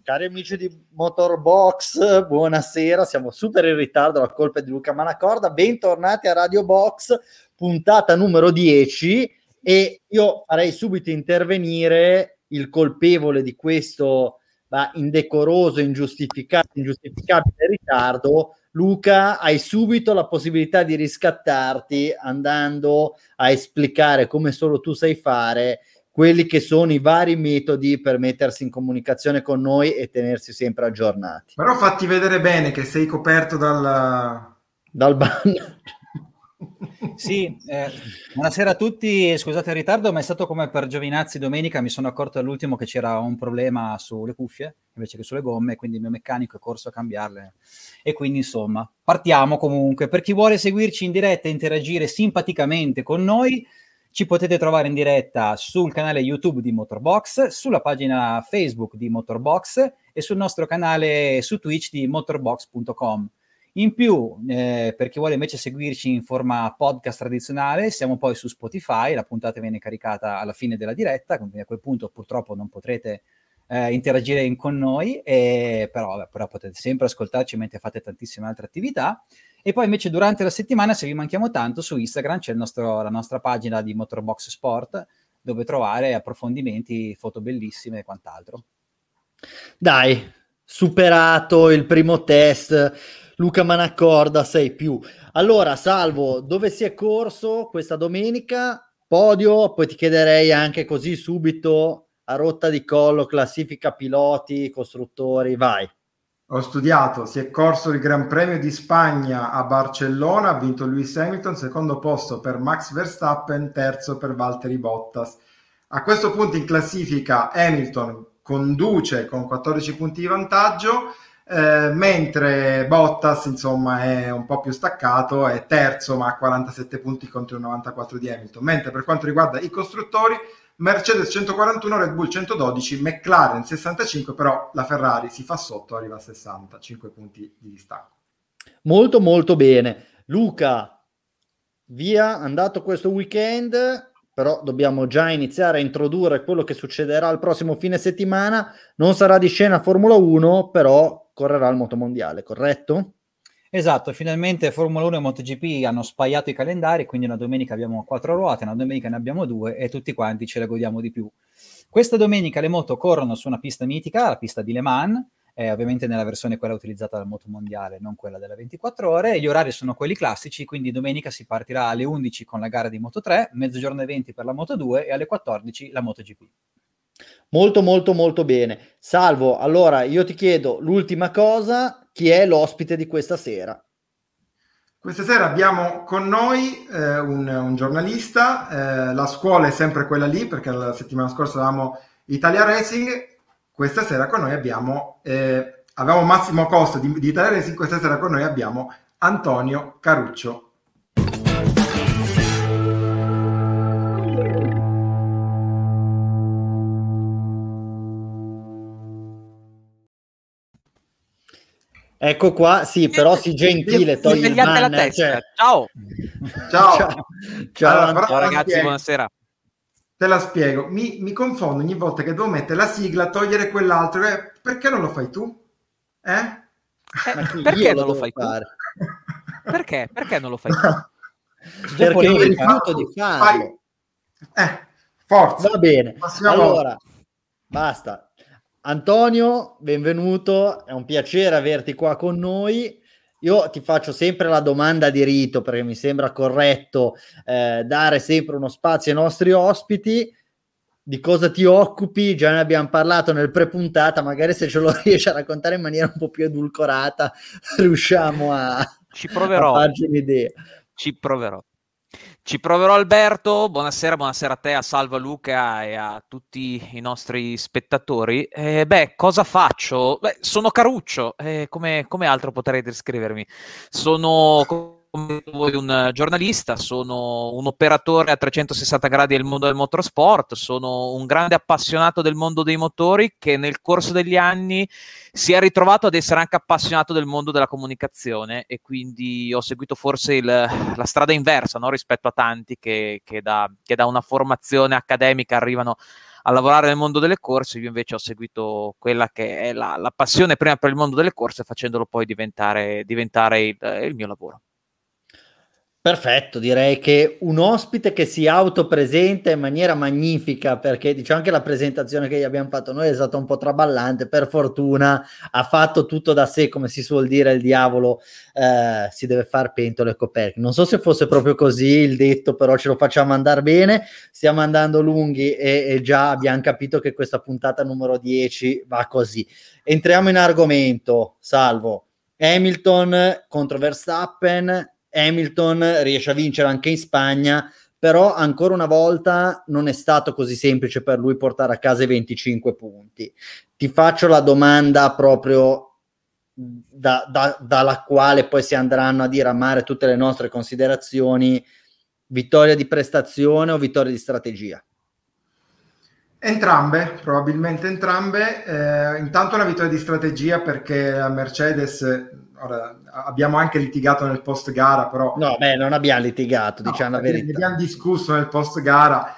Cari amici di Motorbox, buonasera, siamo super in ritardo, la colpa è di Luca Manacorda, bentornati a Radio Box, puntata numero 10, e io farei subito intervenire il colpevole di questo indecoroso, ingiustificabile ritardo. Luca, hai subito la possibilità di riscattarti andando a esplicare, come solo tu sai fare, quelli che sono i vari metodi per mettersi in comunicazione con noi e tenersi sempre aggiornati. Però fatti vedere bene che sei coperto dal ban. Sì, buonasera a tutti, scusate il ritardo, ma è stato come per Giovinazzi domenica, mi sono accorto all'ultimo che c'era un problema sulle cuffie invece che sulle gomme, quindi il mio meccanico è corso a cambiarle, e quindi insomma partiamo. Comunque, per chi vuole seguirci in diretta e interagire simpaticamente con noi, ci potete trovare in diretta sul canale YouTube di Motorbox, sulla pagina Facebook di Motorbox e sul nostro canale su Twitch di motorbox.com. In più, per chi vuole invece seguirci in forma podcast tradizionale, siamo poi su Spotify, la puntata viene caricata alla fine della diretta, quindi a quel punto purtroppo non potrete interagire con noi, però potete sempre ascoltarci mentre fate tantissime altre attività. E poi invece durante la settimana, se vi manchiamo tanto, su Instagram c'è la nostra pagina di Motorbox Sport, dove trovare approfondimenti, foto bellissime e quant'altro. Dai, superato il primo test, Luca Manacorda 6+. Allora, Salvo, dove si è corso questa domenica? Podio, poi ti chiederei anche così subito a rotta di collo, classifica piloti, costruttori, vai. Ho studiato, si è corso il Gran Premio di Spagna a Barcellona, ha vinto Lewis Hamilton, secondo posto per Max Verstappen, terzo per Valtteri Bottas. A questo punto in classifica Hamilton conduce con 14 punti di vantaggio, mentre Bottas insomma è un po' più staccato, è terzo ma ha 47 punti contro i 94 di Hamilton. Mentre per quanto riguarda i costruttori, Mercedes 141, Red Bull 112, McLaren 65, però la Ferrari si fa sotto, arriva a 65 punti di distacco. Molto molto bene. Luca, via, andato questo weekend, però dobbiamo già iniziare a introdurre quello che succederà il prossimo fine settimana. Non sarà di scena Formula 1, però correrà il motomondiale, corretto? Esatto, finalmente Formula 1 e MotoGP hanno spaiato i calendari, quindi una domenica abbiamo 4 ruote, una domenica ne abbiamo 2 e tutti quanti ce la godiamo di più. Questa domenica le moto corrono su una pista mitica, la pista di Le Mans, ovviamente nella versione quella utilizzata dal motomondiale, non quella della 24 ore. Gli orari sono quelli classici, quindi domenica si partirà alle 11 con la gara di Moto3, mezzogiorno e 20 per la Moto2 e alle 14 la MotoGP. Molto molto molto bene. Salvo, allora io ti chiedo l'ultima cosa, chi è l'ospite di questa sera? Questa sera abbiamo con noi un giornalista, la scuola è sempre quella lì perché la settimana scorsa avevamo Italia Racing, questa sera con noi avevamo Massimo Costa di Italia Racing, questa sera con noi abbiamo Antonio Caruccio. Ecco qua, sì, però si gentile, togli il banner, la testa. cioè... Ciao. Ciao Allora, ciao ragazzi, buonasera. Te la spiego, mi confondo ogni volta che devo mettere la sigla, togliere quell'altro, perché non lo fai tu? Perché non lo fai tu? Perché? Perché non lo fai tu? Perché io rifiuto di farlo. Forza. Va bene, allora, basta. Antonio, benvenuto, è un piacere averti qua con noi. Io ti faccio sempre la domanda di rito perché mi sembra corretto dare sempre uno spazio ai nostri ospiti. Di cosa ti occupi? Già ne abbiamo parlato nel pre-puntata, magari se ce lo riesci a raccontare in maniera un po' più edulcorata riusciamo a farci un'idea. Ci proverò Alberto, buonasera a te, a Salvo, a Luca e a tutti i nostri spettatori. Cosa faccio? Sono Caruccio, come altro potrei descrivermi? Sono come voi un giornalista, sono un operatore a 360 gradi del mondo del motorsport, sono un grande appassionato del mondo dei motori che nel corso degli anni si è ritrovato ad essere anche appassionato del mondo della comunicazione, e quindi ho seguito forse la strada inversa, no? Rispetto a tanti che da una formazione accademica arrivano a lavorare nel mondo delle corse. Io invece ho seguito quella che è la passione prima per il mondo delle corse, facendolo poi diventare il mio lavoro. Perfetto, direi che un ospite che si autopresenta in maniera magnifica, perché diciamo che la presentazione che gli abbiamo fatto noi è stata un po' traballante, per fortuna ha fatto tutto da sé, come si suol dire, il diavolo si deve far pentole e coperchi. Non so se fosse proprio così il detto, però ce lo facciamo andare bene, stiamo andando lunghi e già abbiamo capito che questa puntata numero 10 va così. Entriamo in argomento, Salvo. Hamilton contro Verstappen. Hamilton riesce a vincere anche in Spagna, però ancora una volta non è stato così semplice per lui portare a casa i 25 punti. Ti faccio la domanda proprio dalla quale poi si andranno a diramare tutte le nostre considerazioni: vittoria di prestazione o vittoria di strategia? Entrambe, probabilmente entrambe. Intanto una vittoria di strategia, perché la Mercedes, ora abbiamo anche litigato nel post gara, però no, non abbiamo litigato, diciamo la verità. Abbiamo discusso nel post gara.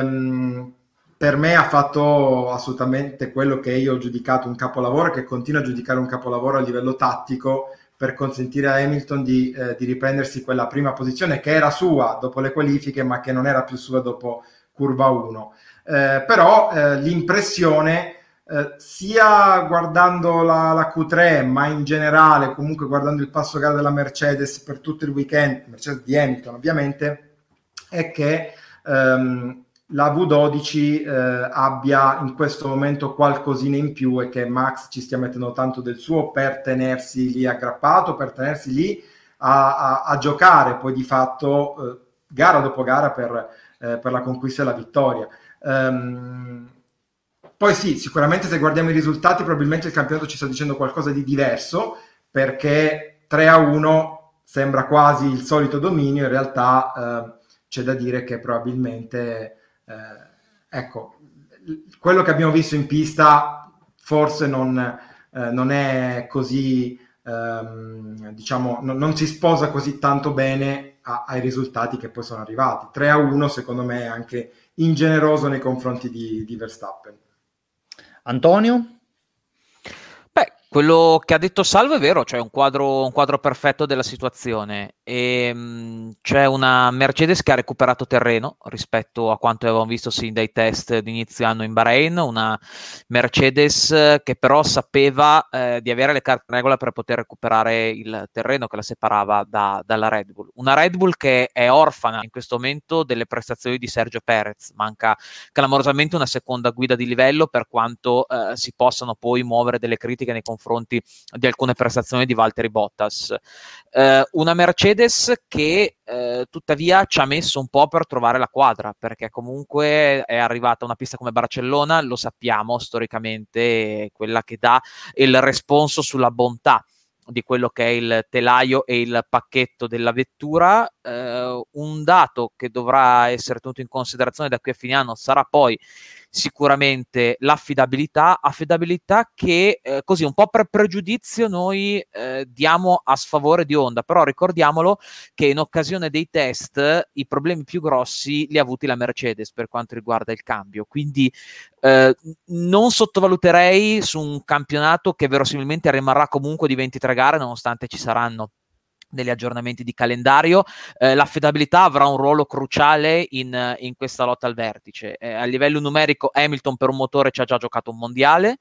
Per me ha fatto assolutamente quello che io ho giudicato un capolavoro, che continuo a giudicare un capolavoro a livello tattico, per consentire a Hamilton di riprendersi quella prima posizione che era sua dopo le qualifiche, ma che non era più sua dopo curva 1. Però l'impressione, sia guardando la Q3, ma in generale comunque guardando il passo gara della Mercedes per tutto il weekend, Mercedes di Hamilton ovviamente, è che la V12 abbia in questo momento qualcosina in più, e che Max ci stia mettendo tanto del suo per tenersi lì aggrappato, per tenersi lì a giocare poi di fatto gara dopo gara per la conquista della vittoria. Poi sì, sicuramente se guardiamo i risultati probabilmente il campionato ci sta dicendo qualcosa di diverso, perché 3-1 sembra quasi il solito dominio. In realtà c'è da dire che probabilmente ecco, quello che abbiamo visto in pista forse non è così, diciamo, non si sposa così tanto bene ai risultati che poi sono arrivati. 3-1 secondo me è anche ingeneroso nei confronti di Verstappen. Antonio? Beh, quello che ha detto Salvo è vero, cioè un quadro perfetto della situazione. C'è una Mercedes che ha recuperato terreno rispetto a quanto avevamo visto sin dai test di inizio anno in Bahrain, una Mercedes che però sapeva di avere le carte in regola per poter recuperare il terreno che la separava dalla Red Bull. Una Red Bull che è orfana in questo momento delle prestazioni di Sergio Perez, manca clamorosamente una seconda guida di livello, per quanto si possano poi muovere delle critiche nei confronti di alcune prestazioni di Valtteri Bottas. Una Mercedes che tuttavia ci ha messo un po' per trovare la quadra, perché comunque è arrivata una pista come Barcellona, lo sappiamo storicamente, quella che dà il responso sulla bontà di quello che è il telaio e il pacchetto della vettura. Un dato che dovrà essere tenuto in considerazione da qui a fine anno sarà poi sicuramente l'affidabilità che così un po' per pregiudizio noi diamo a sfavore di Honda, però ricordiamolo che in occasione dei test i problemi più grossi li ha avuti la Mercedes per quanto riguarda il cambio, quindi non sottovaluterei su un campionato che verosimilmente rimarrà comunque di 23 gare nonostante ci saranno degli aggiornamenti di calendario. L'affidabilità avrà un ruolo cruciale in questa lotta al vertice. A livello numerico Hamilton per un motore ci ha già giocato un mondiale,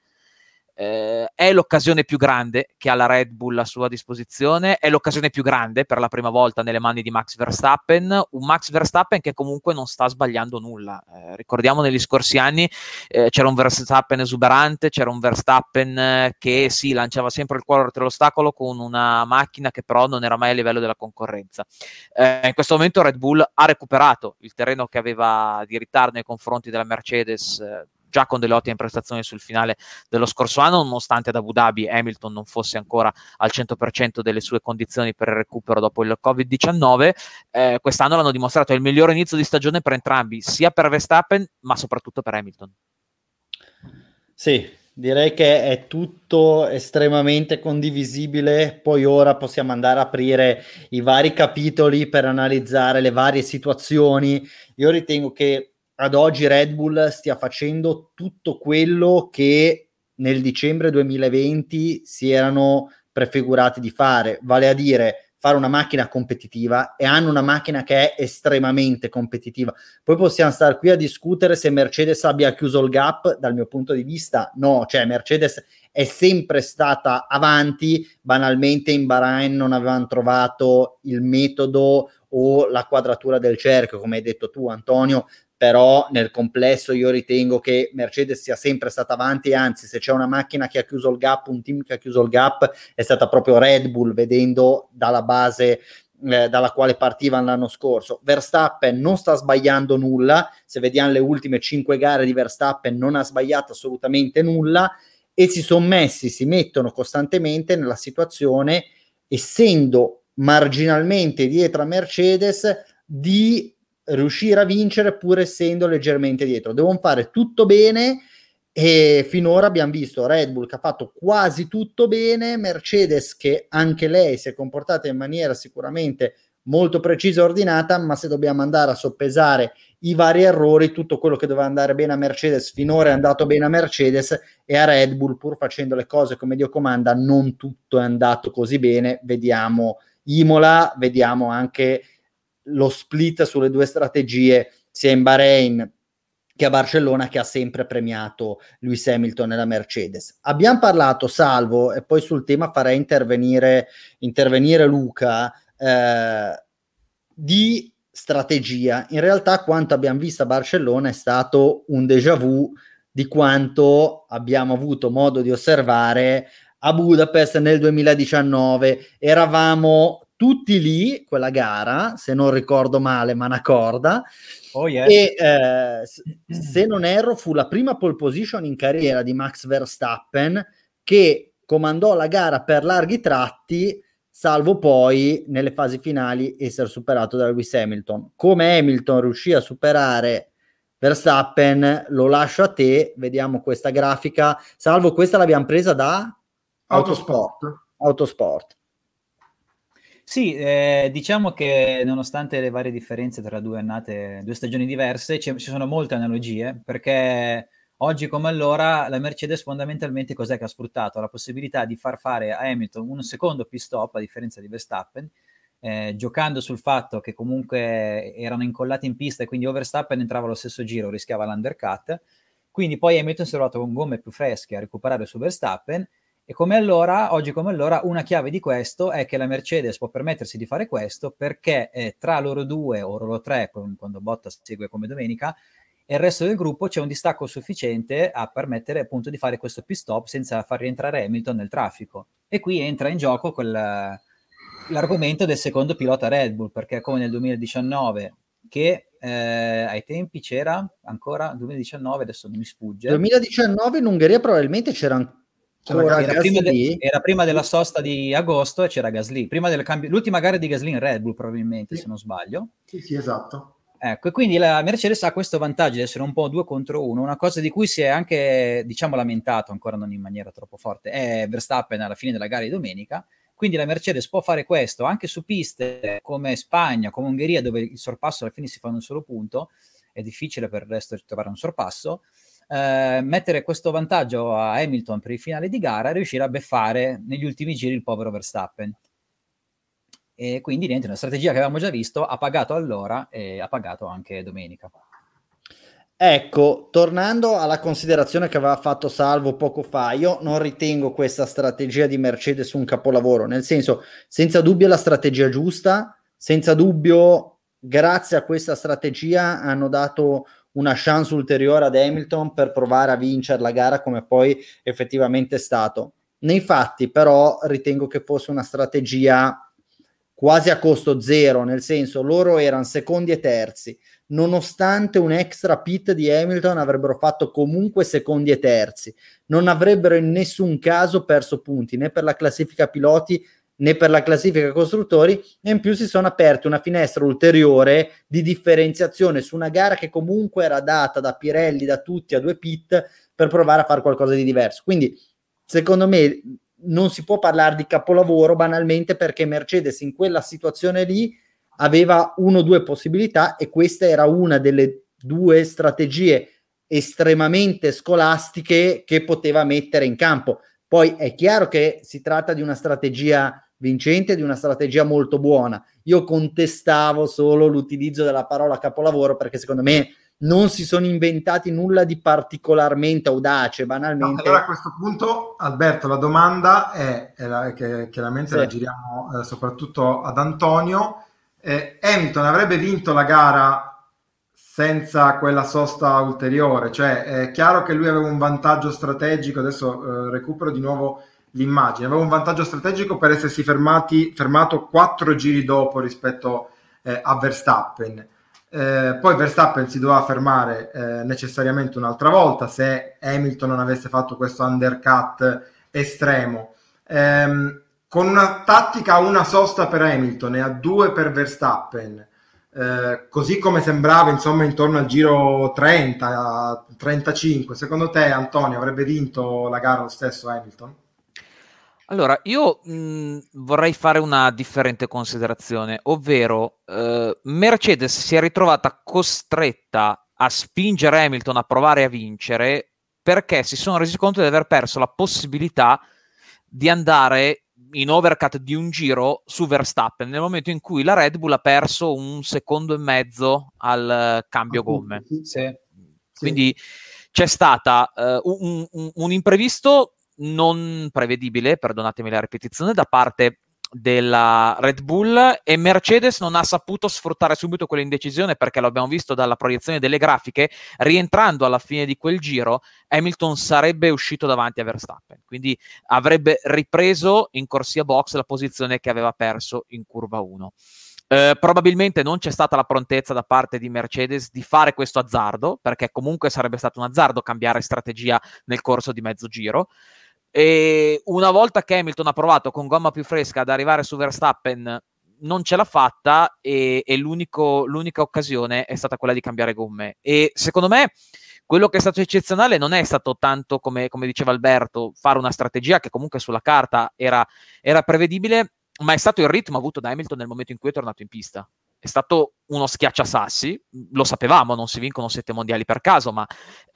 è l'occasione più grande che ha la Red Bull a sua disposizione, è l'occasione più grande per la prima volta nelle mani di Max Verstappen, un Max Verstappen che comunque non sta sbagliando nulla. Ricordiamo negli scorsi anni c'era un Verstappen esuberante, c'era un Verstappen che sì, lanciava sempre il cuore oltre l'ostacolo con una macchina che però non era mai a livello della concorrenza. In questo momento Red Bull ha recuperato il terreno che aveva di ritardo nei confronti della Mercedes già con delle ottime prestazioni sul finale dello scorso anno, nonostante ad Abu Dhabi Hamilton non fosse ancora al 100% delle sue condizioni per il recupero dopo il Covid-19. Quest'anno l'hanno dimostrato, è il migliore inizio di stagione per entrambi, sia per Verstappen ma soprattutto per Hamilton. Sì, direi che è tutto estremamente condivisibile. Poi ora possiamo andare a aprire i vari capitoli per analizzare le varie situazioni. Io ritengo che ad oggi Red Bull stia facendo tutto quello che nel dicembre 2020 si erano prefigurati di fare, vale a dire fare una macchina competitiva, e hanno una macchina che è estremamente competitiva. Poi possiamo stare qui a discutere se Mercedes abbia chiuso il gap. Dal mio punto di vista no, cioè Mercedes è sempre stata avanti, banalmente in Bahrain non avevano trovato il metodo o la quadratura del cerchio, come hai detto tu Antonio, però nel complesso io ritengo che Mercedes sia sempre stata avanti, anzi se c'è una macchina che ha chiuso il gap, un team che ha chiuso il gap, è stata proprio Red Bull, vedendo dalla base dalla quale partiva l'anno scorso. Verstappen non sta sbagliando nulla, se vediamo le ultime 5 gare di Verstappen non ha sbagliato assolutamente nulla, e si mettono costantemente nella situazione, essendo marginalmente dietro a Mercedes, di riuscire a vincere pur essendo leggermente dietro. Devono fare tutto bene, e finora abbiamo visto Red Bull che ha fatto quasi tutto bene, Mercedes che anche lei si è comportata in maniera sicuramente molto precisa e ordinata, ma se dobbiamo andare a soppesare i vari errori, tutto quello che doveva andare bene a Mercedes finora è andato bene a Mercedes, e a Red Bull, pur facendo le cose come Dio comanda, non tutto è andato così bene. Vediamo Imola, vediamo anche lo split sulle due strategie sia in Bahrain che a Barcellona, che ha sempre premiato Lewis Hamilton nella Mercedes. Abbiamo parlato, Salvo, e poi sul tema farei intervenire Luca, di strategia. In realtà quanto abbiamo visto a Barcellona è stato un déjà vu di quanto abbiamo avuto modo di osservare a Budapest nel 2019. Eravamo tutti lì, quella gara, se non ricordo male, ma una corda. Oh yeah. E se non erro fu la prima pole position in carriera di Max Verstappen, che comandò la gara per larghi tratti, salvo poi nelle fasi finali essere superato da Lewis Hamilton. Come Hamilton riuscì a superare Verstappen lo lascio a te. Vediamo questa grafica. Salvo, questa l'abbiamo presa da Autosport. Sì, diciamo che nonostante le varie differenze tra due stagioni diverse, ci sono molte analogie, perché oggi come allora la Mercedes fondamentalmente cos'è che ha sfruttato? La possibilità di far fare a Hamilton un secondo pit stop, a differenza di Verstappen, giocando sul fatto che comunque erano incollati in pista e quindi o Verstappen entrava allo stesso giro, rischiava l'undercut, quindi poi Hamilton si è trovato con gomme più fresche a recuperare su Verstappen. E oggi come allora, una chiave di questo è che la Mercedes può permettersi di fare questo perché tra loro due o loro tre, quando Bottas segue come domenica, e il resto del gruppo c'è un distacco sufficiente a permettere appunto di fare questo pit stop senza far rientrare Hamilton nel traffico. E qui entra in gioco l'argomento del secondo pilota Red Bull, perché come nel 2019, che ai tempi c'era ancora 2019, adesso non mi sfugge. 2019 in Ungheria probabilmente c'era era prima della sosta di agosto e c'era Gasly, prima del cambio, l'ultima gara di Gasly in Red Bull probabilmente, se non sbaglio. Sì, esatto. Ecco, e quindi la Mercedes ha questo vantaggio di essere un po' 2 contro 1, una cosa di cui si è anche, diciamo, lamentato, ancora non in maniera troppo forte, è Verstappen alla fine della gara di domenica. Quindi la Mercedes può fare questo anche su piste come Spagna, come Ungheria, dove il sorpasso alla fine si fa in un solo punto, è difficile per il resto trovare un sorpasso. Mettere questo vantaggio a Hamilton per il finale di gara e riuscire a beffare negli ultimi giri il povero Verstappen. E quindi niente, una strategia che avevamo già visto, ha pagato allora e ha pagato anche domenica. Ecco, tornando alla considerazione che aveva fatto Salvo poco fa, io non ritengo questa strategia di Mercedes un capolavoro, nel senso, senza dubbio è la strategia giusta, senza dubbio grazie a questa strategia hanno dato una chance ulteriore ad Hamilton per provare a vincere la gara, come poi effettivamente è stato. Nei fatti però ritengo che fosse una strategia quasi a costo zero, nel senso loro erano secondi e terzi, nonostante un extra pit di Hamilton avrebbero fatto comunque secondi e terzi, non avrebbero in nessun caso perso punti né per la classifica piloti né per la classifica costruttori, e in più si sono aperte una finestra ulteriore di differenziazione su una gara che comunque era data da Pirelli, da tutti a 2 pit, per provare a fare qualcosa di diverso. Quindi secondo me non si può parlare di capolavoro banalmente perché Mercedes in quella situazione lì aveva 1 o 2 possibilità, e questa era una delle 2 strategie estremamente scolastiche che poteva mettere in campo. Poi è chiaro che si tratta di una strategia vincente, di una strategia molto buona. Io contestavo solo l'utilizzo della parola capolavoro perché secondo me non si sono inventati nulla di particolarmente audace, banalmente. Allora a questo punto, Alberto, la domanda è che chiaramente la giriamo soprattutto ad Antonio. Hamilton avrebbe vinto la gara senza quella sosta ulteriore? Cioè è chiaro che lui aveva un vantaggio strategico, adesso recupero di nuovo l'immagine, aveva un vantaggio strategico per essersi fermato 4 giri dopo rispetto a Verstappen. Poi Verstappen si doveva fermare necessariamente un'altra volta se Hamilton non avesse fatto questo undercut estremo. Con una tattica a una sosta per Hamilton e a 2 per Verstappen, così come sembrava insomma intorno al giro 30-35, secondo te Antonio avrebbe vinto la gara lo stesso Hamilton? Allora, io vorrei fare una differente considerazione, ovvero Mercedes si è ritrovata costretta a spingere Hamilton a provare a vincere perché si sono resi conto di aver perso la possibilità di andare in overcut di un giro su Verstappen nel momento in cui la Red Bull ha perso 1,5 secondi al cambio gomme. Sì. Quindi c'è stata un imprevisto non prevedibile, perdonatemi la ripetizione, da parte della Red Bull, e Mercedes non ha saputo sfruttare subito quell'indecisione perché lo abbiamo visto dalla proiezione delle grafiche, rientrando alla fine di quel giro Hamilton sarebbe uscito davanti a Verstappen, quindi avrebbe ripreso in corsia box la posizione che aveva perso in curva 1. Probabilmente non c'è stata la prontezza da parte di Mercedes di fare questo azzardo, perché comunque sarebbe stato un azzardo cambiare strategia nel corso di mezzo giro. E una volta che Hamilton ha provato con gomma più fresca ad arrivare su Verstappen, non ce l'ha fatta, e l'unica occasione è stata quella di cambiare gomme. E secondo me quello che è stato eccezionale non è stato tanto, come diceva Alberto, fare una strategia che comunque sulla carta era prevedibile, ma è stato il ritmo avuto da Hamilton nel momento in cui è tornato in pista. È stato uno schiacciasassi, lo sapevamo, non si vincono 7 mondiali per caso, ma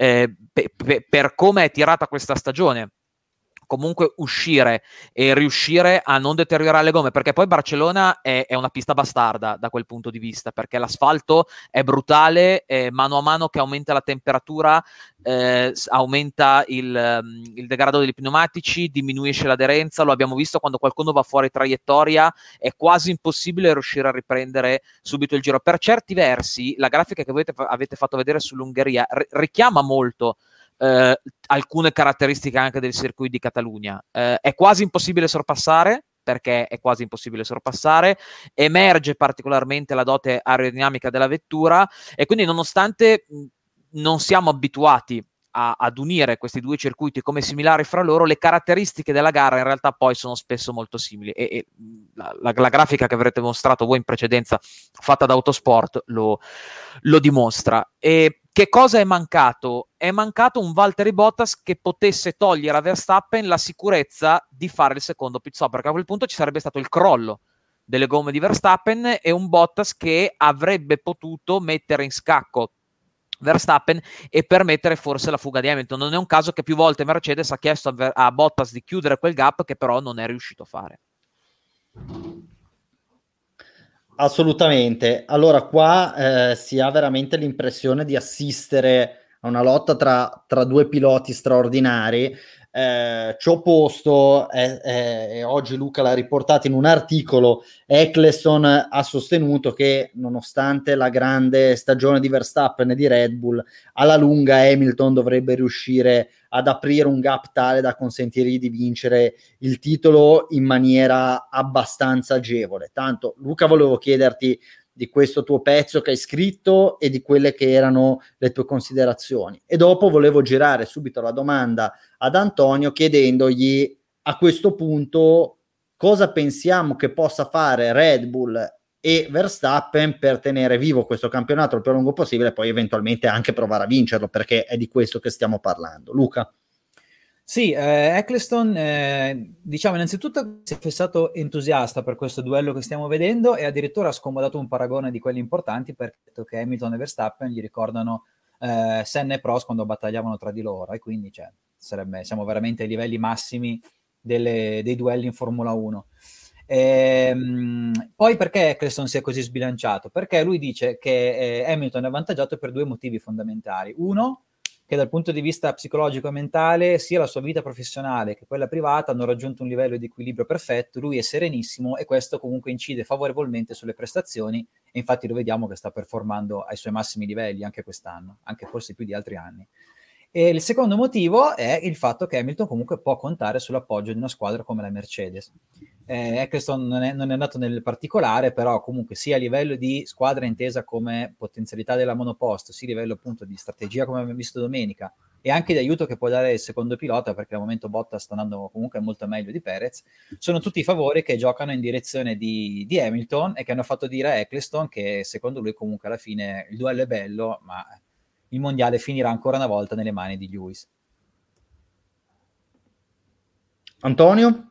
per come è tirata questa stagione, comunque uscire e riuscire a non deteriorare le gomme, perché poi Barcellona è una pista bastarda da quel punto di vista, perché l'asfalto è brutale, mano a mano che aumenta la temperatura aumenta il degrado degli pneumatici, diminuisce l'aderenza, lo abbiamo visto quando qualcuno va fuori traiettoria, è quasi impossibile riuscire a riprendere subito il giro. Per certi versi la grafica che voi avete fatto vedere sull'Ungheria richiama molto alcune caratteristiche anche del circuito di Catalogna. È quasi impossibile sorpassare, perché è quasi impossibile sorpassare, emerge particolarmente la dote aerodinamica della vettura, e quindi nonostante non siamo abituati ad unire questi 2 circuiti come similari fra loro, le caratteristiche della gara in realtà poi sono spesso molto simili, e la grafica che avrete mostrato voi in precedenza fatta da Autosport lo dimostra. E che cosa è mancato? È mancato un Valtteri Bottas che potesse togliere a Verstappen la sicurezza di fare il secondo pit stop, perché a quel punto ci sarebbe stato il crollo delle gomme di Verstappen e un Bottas che avrebbe potuto mettere in scacco Verstappen e permettere forse la fuga di Hamilton. Non è un caso che più volte Mercedes ha chiesto a Bottas di chiudere quel gap, che però non è riuscito a fare. Assolutamente. Allora qua si ha veramente l'impressione di assistere una lotta tra due piloti straordinari. Ci ho posto, oggi Luca l'ha riportato in un articolo, Eccleston ha sostenuto che nonostante la grande stagione di Verstappen e di Red Bull, alla lunga Hamilton dovrebbe riuscire ad aprire un gap tale da consentirgli di vincere il titolo in maniera abbastanza agevole. Tanto Luca, volevo chiederti di questo tuo pezzo che hai scritto e di quelle che erano le tue considerazioni, e dopo volevo girare subito la domanda ad Antonio chiedendogli a questo punto cosa pensiamo che possa fare Red Bull e Verstappen per tenere vivo questo campionato il più lungo possibile e poi eventualmente anche provare a vincerlo, perché è di questo che stiamo parlando. Luca? Sì, Eccleston, diciamo innanzitutto si è stato entusiasta per questo duello che stiamo vedendo e addirittura ha scomodato un paragone di quelli importanti, perché ha detto che Hamilton e Verstappen gli ricordano Senna e Prost quando battagliavano tra di loro, e quindi siamo veramente ai livelli massimi dei duelli in Formula 1. Poi perché Eccleston si è così sbilanciato? Perché lui dice che Hamilton è avvantaggiato per due motivi fondamentali. Uno, che dal punto di vista psicologico e mentale sia la sua vita professionale che quella privata hanno raggiunto un livello di equilibrio perfetto, lui è serenissimo e questo comunque incide favorevolmente sulle prestazioni, e infatti lo vediamo che sta performando ai suoi massimi livelli anche quest'anno, anche forse più di altri anni. E il secondo motivo è il fatto che Hamilton comunque può contare sull'appoggio di una squadra come la Mercedes. Eccleston non è andato nel particolare, però comunque sia a livello di squadra intesa come potenzialità della monoposto, sia a livello appunto di strategia come abbiamo visto domenica, e anche di aiuto che può dare il secondo pilota, perché al momento Bottas sta andando comunque molto meglio di Perez, sono tutti i favori che giocano in direzione di Hamilton e che hanno fatto dire a Eccleston che secondo lui comunque alla fine il duello è bello, ma il mondiale finirà ancora una volta nelle mani di Lewis. Antonio?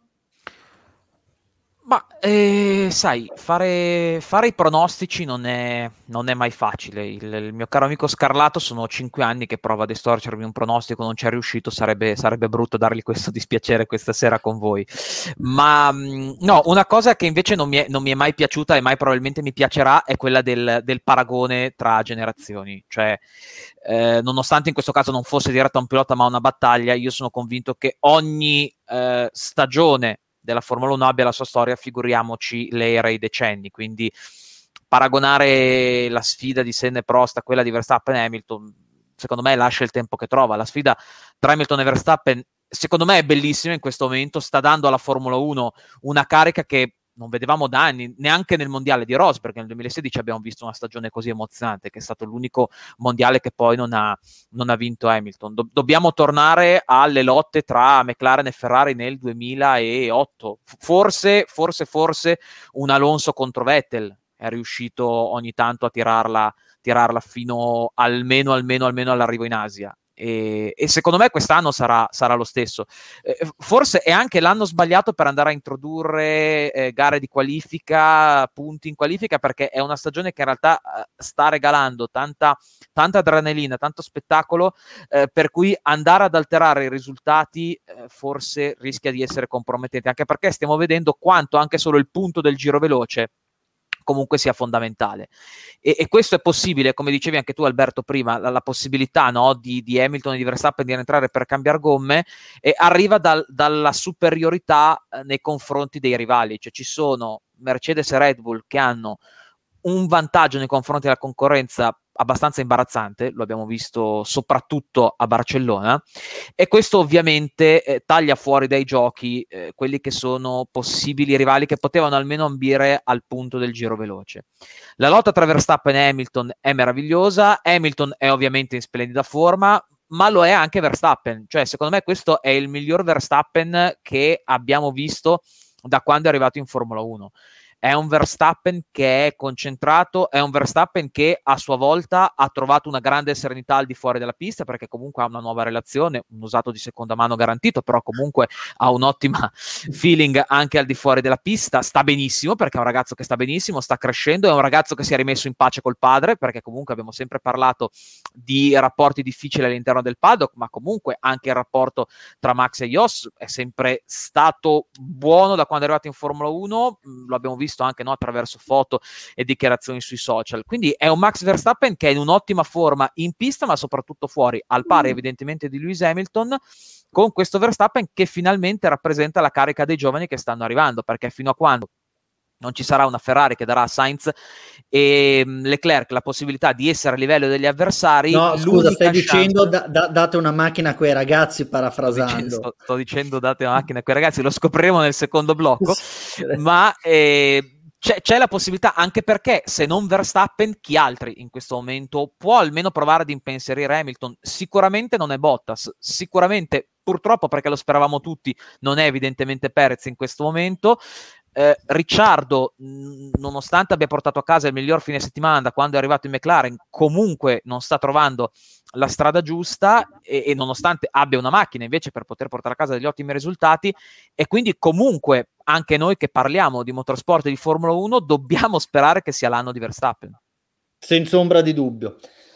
Ma sai, fare i pronostici non è mai facile. Il mio caro amico Scarlato sono 5 anni che prova ad estorcermi un pronostico, non ci è riuscito, sarebbe brutto dargli questo dispiacere questa sera con voi. Ma no, una cosa che invece non mi è mai piaciuta e mai probabilmente mi piacerà è quella del paragone tra generazioni. Cioè, nonostante in questo caso non fosse diretta a un pilota ma a una battaglia, io sono convinto che ogni stagione della Formula 1 abbia la sua storia, figuriamoci le ere e i decenni, quindi paragonare la sfida di Senna e Prost a quella di Verstappen e Hamilton secondo me lascia il tempo che trova. La sfida tra Hamilton e Verstappen secondo me è bellissima in questo momento, sta dando alla Formula 1 una carica che non vedevamo da anni, neanche nel mondiale di Rosberg. Nel 2016 abbiamo visto una stagione così emozionante, che è stato l'unico mondiale che poi non ha vinto Hamilton. Dobbiamo tornare alle lotte tra McLaren e Ferrari nel 2008. Forse un Alonso contro Vettel è riuscito ogni tanto a tirarla fino almeno all'arrivo in Asia. E secondo me quest'anno sarà lo stesso. Forse è anche l'anno sbagliato per andare a introdurre gare di qualifica, punti in qualifica, perché è una stagione che in realtà sta regalando tanta adrenalina, tanto spettacolo, per cui andare ad alterare i risultati forse rischia di essere compromettente, anche perché stiamo vedendo quanto anche solo il punto del giro veloce comunque sia fondamentale, e questo è possibile, come dicevi anche tu Alberto prima, la possibilità, no, di Hamilton e di Verstappen di entrare per cambiare gomme, e arriva dalla superiorità nei confronti dei rivali. Cioè ci sono Mercedes e Red Bull che hanno un vantaggio nei confronti della concorrenza abbastanza imbarazzante, lo abbiamo visto soprattutto a Barcellona, e questo ovviamente taglia fuori dai giochi quelli che sono possibili rivali che potevano almeno ambire al punto del giro veloce. La lotta tra Verstappen e Hamilton è meravigliosa, Hamilton è ovviamente in splendida forma, ma lo è anche Verstappen. Cioè secondo me questo è il miglior Verstappen che abbiamo visto da quando è arrivato in Formula 1. È un Verstappen che è concentrato, è un Verstappen che a sua volta ha trovato una grande serenità al di fuori della pista, perché comunque ha una nuova relazione, un usato di seconda mano garantito, però comunque ha un'ottima feeling anche al di fuori della pista, sta benissimo perché è un ragazzo che sta benissimo, sta crescendo, è un ragazzo che si è rimesso in pace col padre, perché comunque abbiamo sempre parlato di rapporti difficili all'interno del paddock, ma comunque anche il rapporto tra Max e Jos è sempre stato buono da quando è arrivato in Formula 1, lo abbiamo visto visto anche, no, attraverso foto e dichiarazioni sui social. Quindi è un Max Verstappen che è in un'ottima forma in pista, ma soprattutto fuori, al pari evidentemente di Lewis Hamilton, con questo Verstappen che finalmente rappresenta la carica dei giovani che stanno arrivando, perché fino a quando non ci sarà una Ferrari che darà a Sainz e Leclerc la possibilità di essere a livello degli avversari. No, scusa, stai dicendo date una macchina a quei ragazzi, parafrasando. Sto dicendo date una macchina a quei ragazzi, lo scopriremo nel secondo blocco, ma c'è la possibilità, anche perché se non Verstappen, chi altri in questo momento può almeno provare ad impensierire Hamilton? Sicuramente non è Bottas, sicuramente, purtroppo perché lo speravamo tutti, non è evidentemente Perez in questo momento. Ricciardo, nonostante abbia portato a casa il miglior fine settimana da quando è arrivato in McLaren, comunque non sta trovando la strada giusta e nonostante abbia una macchina invece per poter portare a casa degli ottimi risultati, e quindi comunque anche noi che parliamo di motorsport e di Formula 1 dobbiamo sperare che sia l'anno di Verstappen. Senza ombra di dubbio.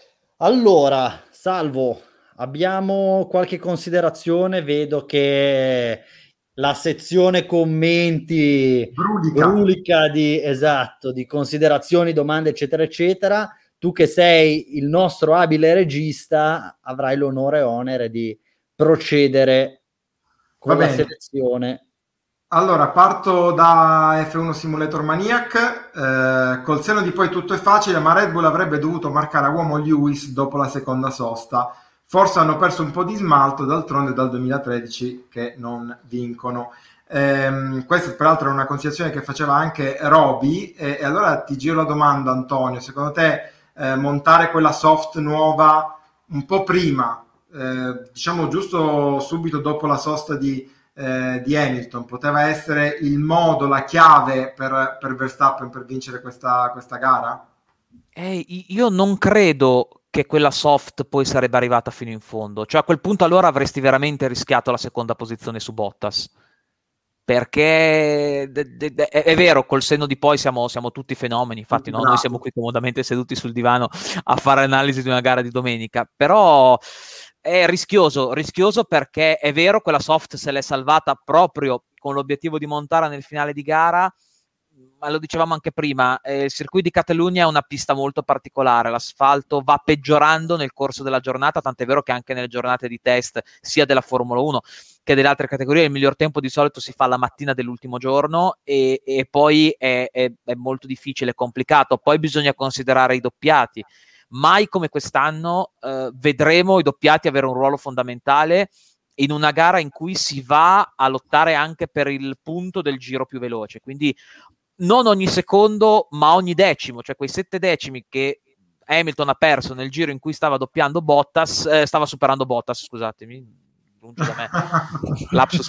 Allora, Salvo, abbiamo qualche considerazione? Vedo che la sezione commenti brulica di considerazioni, domande, eccetera, eccetera. Tu che sei il nostro abile regista avrai l'onore e onere di procedere con la selezione. Allora, parto da F1 Simulator Maniac. Col senno di poi tutto è facile, ma Red Bull avrebbe dovuto marcare a uomo Lewis dopo la seconda sosta. Forse hanno perso un po' di smalto, d'altronde dal 2013 che non vincono. Questa peraltro è una considerazione che faceva anche Roby, e allora ti giro la domanda, Antonio, secondo te montare quella soft nuova un po' prima, diciamo giusto subito dopo la sosta di Hamilton, poteva essere il modo, la chiave per Verstappen per vincere questa gara? Io non credo che quella soft poi sarebbe arrivata fino in fondo, cioè a quel punto allora avresti veramente rischiato la seconda posizione su Bottas, perché è vero, col senno di poi siamo tutti fenomeni, infatti no? Noi siamo qui comodamente seduti sul divano a fare analisi di una gara di domenica, però è rischioso perché è vero, quella soft se l'è salvata proprio con l'obiettivo di montare nel finale di gara, ma lo dicevamo anche prima, il circuito di Catalunya è una pista molto particolare, l'asfalto va peggiorando nel corso della giornata, tant'è vero che anche nelle giornate di test sia della Formula 1 che delle altre categorie il miglior tempo di solito si fa la mattina dell'ultimo giorno e poi è molto difficile, complicato, poi bisogna considerare i doppiati. Mai come quest'anno vedremo i doppiati avere un ruolo fondamentale in una gara in cui si va a lottare anche per il punto del giro più veloce, quindi non ogni secondo ma ogni decimo, cioè quei 7 decimi che Hamilton ha perso nel giro in cui stava doppiando Bottas, stava superando Bottas, scusatemi, lunge da me lapsus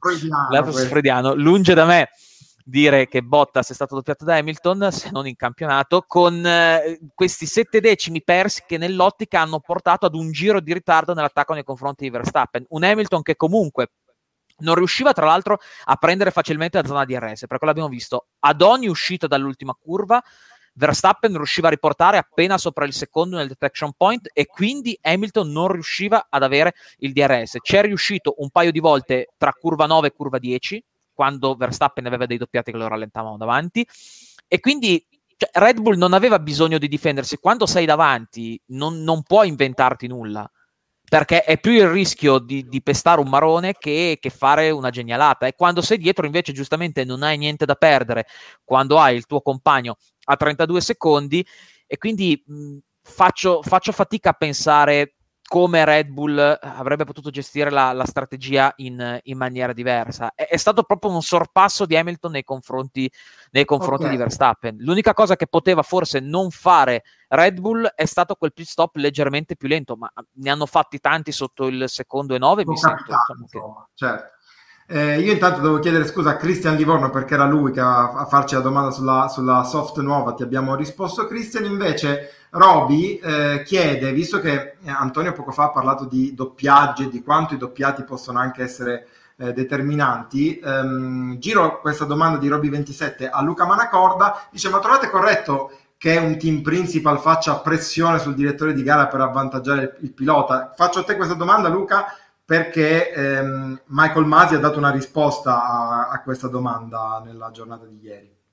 freudiano, lunge da me dire che Bottas è stato doppiato da Hamilton, se non in campionato, con questi 7 decimi persi che nell'ottica hanno portato ad un giro di ritardo nell'attacco nei confronti di Verstappen, un Hamilton che comunque non riusciva tra l'altro a prendere facilmente la zona di DRS, perché l'abbiamo visto ad ogni uscita dall'ultima curva Verstappen riusciva a riportare appena sopra il secondo nel detection point e quindi Hamilton non riusciva ad avere il DRS. C'è riuscito un paio di volte tra curva 9 e curva 10 quando Verstappen aveva dei doppiati che lo rallentavano davanti, e quindi Red Bull non aveva bisogno di difendersi. Quando sei davanti non puoi inventarti nulla, perché è più il rischio di pestare un marone che fare una genialata, e quando sei dietro invece giustamente non hai niente da perdere quando hai il tuo compagno a 32 secondi, e quindi faccio fatica a pensare come Red Bull avrebbe potuto gestire la strategia in maniera diversa. È stato proprio un sorpasso di Hamilton nei confronti okay, di Verstappen. L'unica cosa che poteva forse non fare Red Bull è stato quel pit stop leggermente più lento, ma ne hanno fatti tanti sotto il secondo e 9, mi sento, insomma, certo. Io intanto devo chiedere scusa a Christian Livorno, perché era lui che a farci la domanda sulla soft nuova, ti abbiamo risposto Christian. Invece Roby chiede, visto che Antonio poco fa ha parlato di doppiaggi e di quanto i doppiati possono anche essere determinanti, giro questa domanda di Roby27 a Luca Manacorda, dice: ma trovate corretto che un team principal faccia pressione sul direttore di gara per avvantaggiare il pilota? Faccio a te questa domanda, Luca, perché Michael Masi ha dato una risposta a questa domanda nella giornata di ieri.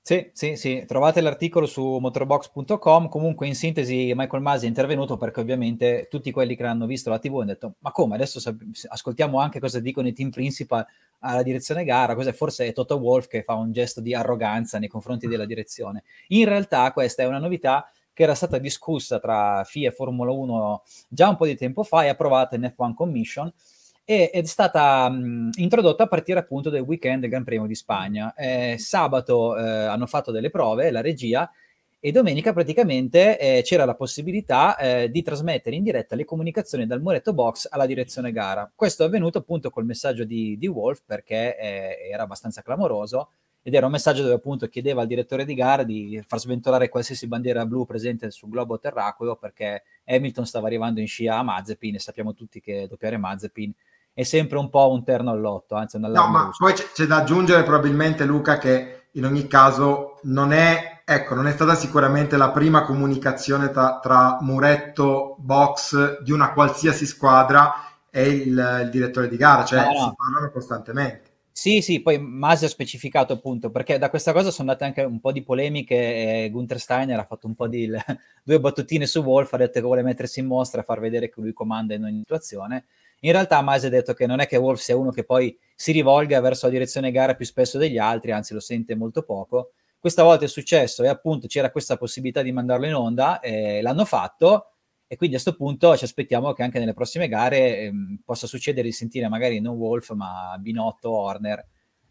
Sì, trovate l'articolo su motorbox.com. Comunque, in sintesi, Michael Masi è intervenuto perché ovviamente tutti quelli che hanno visto la TV hanno detto: ma come, adesso ascoltiamo anche cosa dicono i team principal alla direzione gara. Forse è Toto Wolff che fa un gesto di arroganza nei confronti della direzione. In realtà questa è una novità che era stata discussa tra FIA e Formula 1 già un po' di tempo fa e approvata in F1 Commission, ed è stata introdotta a partire appunto del weekend del Gran Premio di Spagna. Sabato hanno fatto delle prove, la regia, e domenica praticamente c'era la possibilità di trasmettere in diretta le comunicazioni dal muretto box alla direzione gara. Questo è avvenuto appunto col messaggio di Wolff, perché era abbastanza clamoroso, ed era un messaggio dove appunto chiedeva al direttore di gara di far sventolare qualsiasi bandiera blu presente sul globo terracqueo, perché Hamilton stava arrivando in scia a Mazepin, e sappiamo tutti che doppiare Mazepin è sempre un po' un terno all'otto, anzi un allarme No, ma russo. poi c'è da aggiungere probabilmente, Luca, che in ogni caso non è stata sicuramente la prima comunicazione tra muretto box di una qualsiasi squadra e il direttore di gara, cioè No. si parlano costantemente. Sì, poi Masi ha specificato appunto, perché da questa cosa sono andate anche un po' di polemiche. Gunther Steiner ha fatto un po' di due battutine su Wolff, ha detto che vuole mettersi in mostra e far vedere che lui comanda in ogni situazione. In realtà Masi ha detto che non è che Wolff sia uno che poi si rivolga verso la direzione gara più spesso degli altri, anzi lo sente molto poco. Questa volta è successo e appunto c'era questa possibilità di mandarlo in onda, e l'hanno fatto, e quindi a questo punto ci aspettiamo che anche nelle prossime gare possa succedere di sentire magari non Wolff ma Binotto, Horner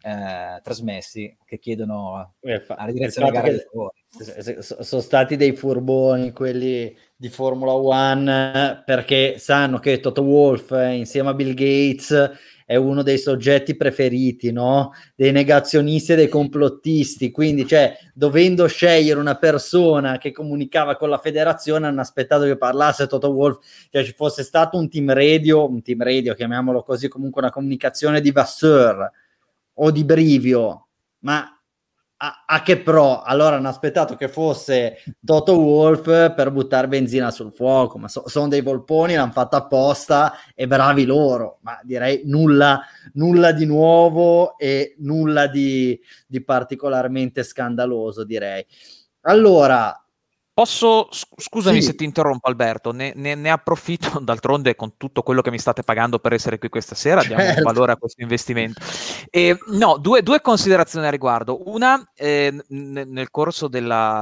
trasmessi che chiedono alla direzione gara dei favori. Sono stati dei furboni quelli di Formula One, perché sanno che Toto Wolff insieme a Bill Gates è uno dei soggetti preferiti, no? Dei negazionisti e dei complottisti, quindi cioè, dovendo scegliere una persona che comunicava con la federazione, hanno aspettato che parlasse Toto Wolff, cioè ci fosse stato un team radio, chiamiamolo così, comunque una comunicazione di Vasseur o di Brivio, ma a che pro? Allora hanno aspettato che fosse Toto Wolff per buttare benzina sul fuoco, ma sono dei volponi, l'hanno fatto apposta e bravi loro, ma direi nulla di nuovo e nulla di particolarmente scandaloso, direi. Allora, Scusami sì, se ti interrompo, Alberto, ne approfitto, d'altronde con tutto quello che mi state pagando per essere qui questa sera, diamo certo. valore a questo investimento. No, due considerazioni a riguardo. Una, nel corso della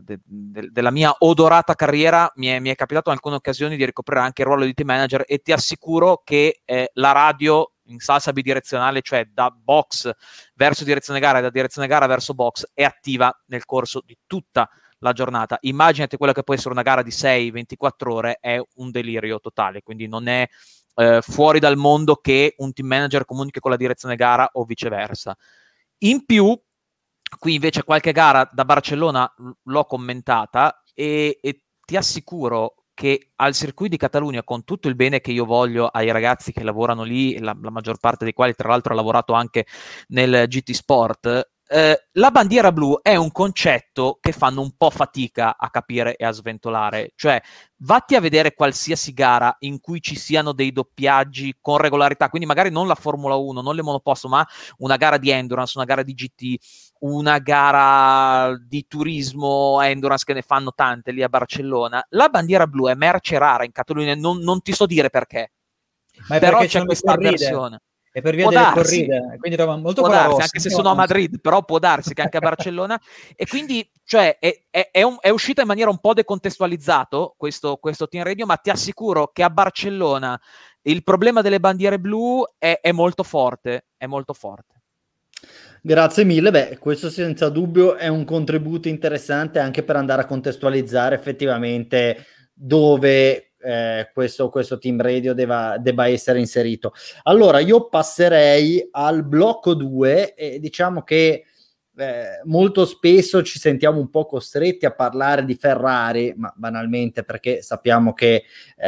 mia odorata carriera mi è capitato in alcune occasioni di ricoprire anche il ruolo di team manager, e ti assicuro che la radio in salsa bidirezionale, cioè da box verso direzione gara e da direzione gara verso box, è attiva nel corso di tutta la giornata. Immaginate quella che può essere una gara di 6-24 ore, è un delirio totale, quindi non è fuori dal mondo che un team manager comunichi con la direzione gara o viceversa. In più, qui invece qualche gara da Barcellona l'ho commentata, e ti assicuro che al circuito di Catalunya, con tutto il bene che io voglio ai ragazzi che lavorano lì, la maggior parte dei quali tra l'altro ha lavorato anche nel GT Sport, la bandiera blu è un concetto che fanno un po' fatica a capire e a sventolare. Cioè, vatti a vedere qualsiasi gara in cui ci siano dei doppiaggi con regolarità, quindi magari non la Formula 1, non le monoposto, ma una gara di endurance, una gara di GT, una gara di turismo endurance, che ne fanno tante lì a Barcellona. La bandiera blu è merce rara in Catalogna, non ti so dire perché. Ma è però perché c'è questa avversione. è per via Può delle darsi, corride, quindi trova molto può con la darsi, rossa. anche se sono a Madrid, però può darsi che anche a Barcellona, e quindi cioè è uscita in maniera un po' decontestualizzato questo team radio, ma ti assicuro che a Barcellona il problema delle bandiere blu è molto forte, è molto forte. Grazie mille, beh, questo senza dubbio è un contributo interessante anche per andare a contestualizzare effettivamente dove questo team radio debba essere inserito. Allora, io passerei al blocco 2 e diciamo che molto spesso ci sentiamo un po' costretti a parlare di Ferrari, ma banalmente perché sappiamo che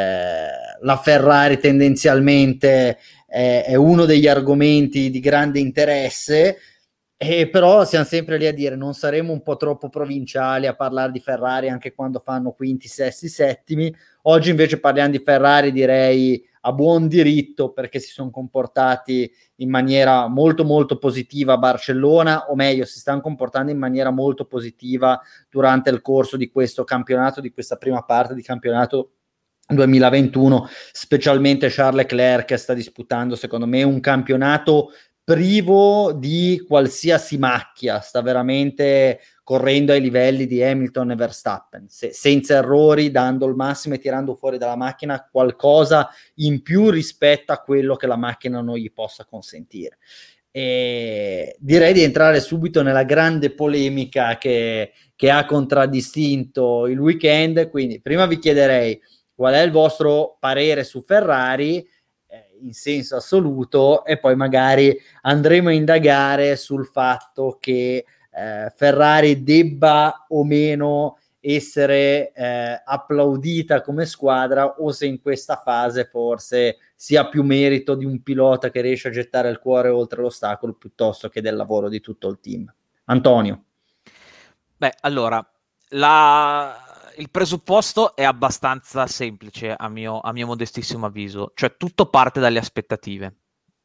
la Ferrari tendenzialmente è uno degli argomenti di grande interesse. Però siamo sempre lì a dire non saremo un po' troppo provinciali a parlare di Ferrari anche quando fanno quinti, sesti, settimi. Oggi invece parliamo di Ferrari, direi a buon diritto perché si sono comportati in maniera molto molto positiva a Barcellona, o meglio si stanno comportando in maniera molto positiva durante il corso di questo campionato, di questa prima parte di campionato 2021, specialmente Charles Leclerc, che sta disputando secondo me un campionato privo di qualsiasi macchia, sta veramente correndo ai livelli di Hamilton e Verstappen, senza errori, dando il massimo e tirando fuori dalla macchina qualcosa in più rispetto a quello che la macchina non gli possa consentire. E direi di entrare subito nella grande polemica che ha contraddistinto il weekend, quindi prima vi chiederei qual è il vostro parere su Ferrari in senso assoluto, e poi magari andremo a indagare sul fatto che Ferrari debba o meno essere applaudita come squadra, o se in questa fase forse sia più merito di un pilota che riesce a gettare il cuore oltre l'ostacolo piuttosto che del lavoro di tutto il team. Antonio. Beh, allora, il presupposto è abbastanza semplice a mio modestissimo avviso, cioè tutto parte dalle aspettative.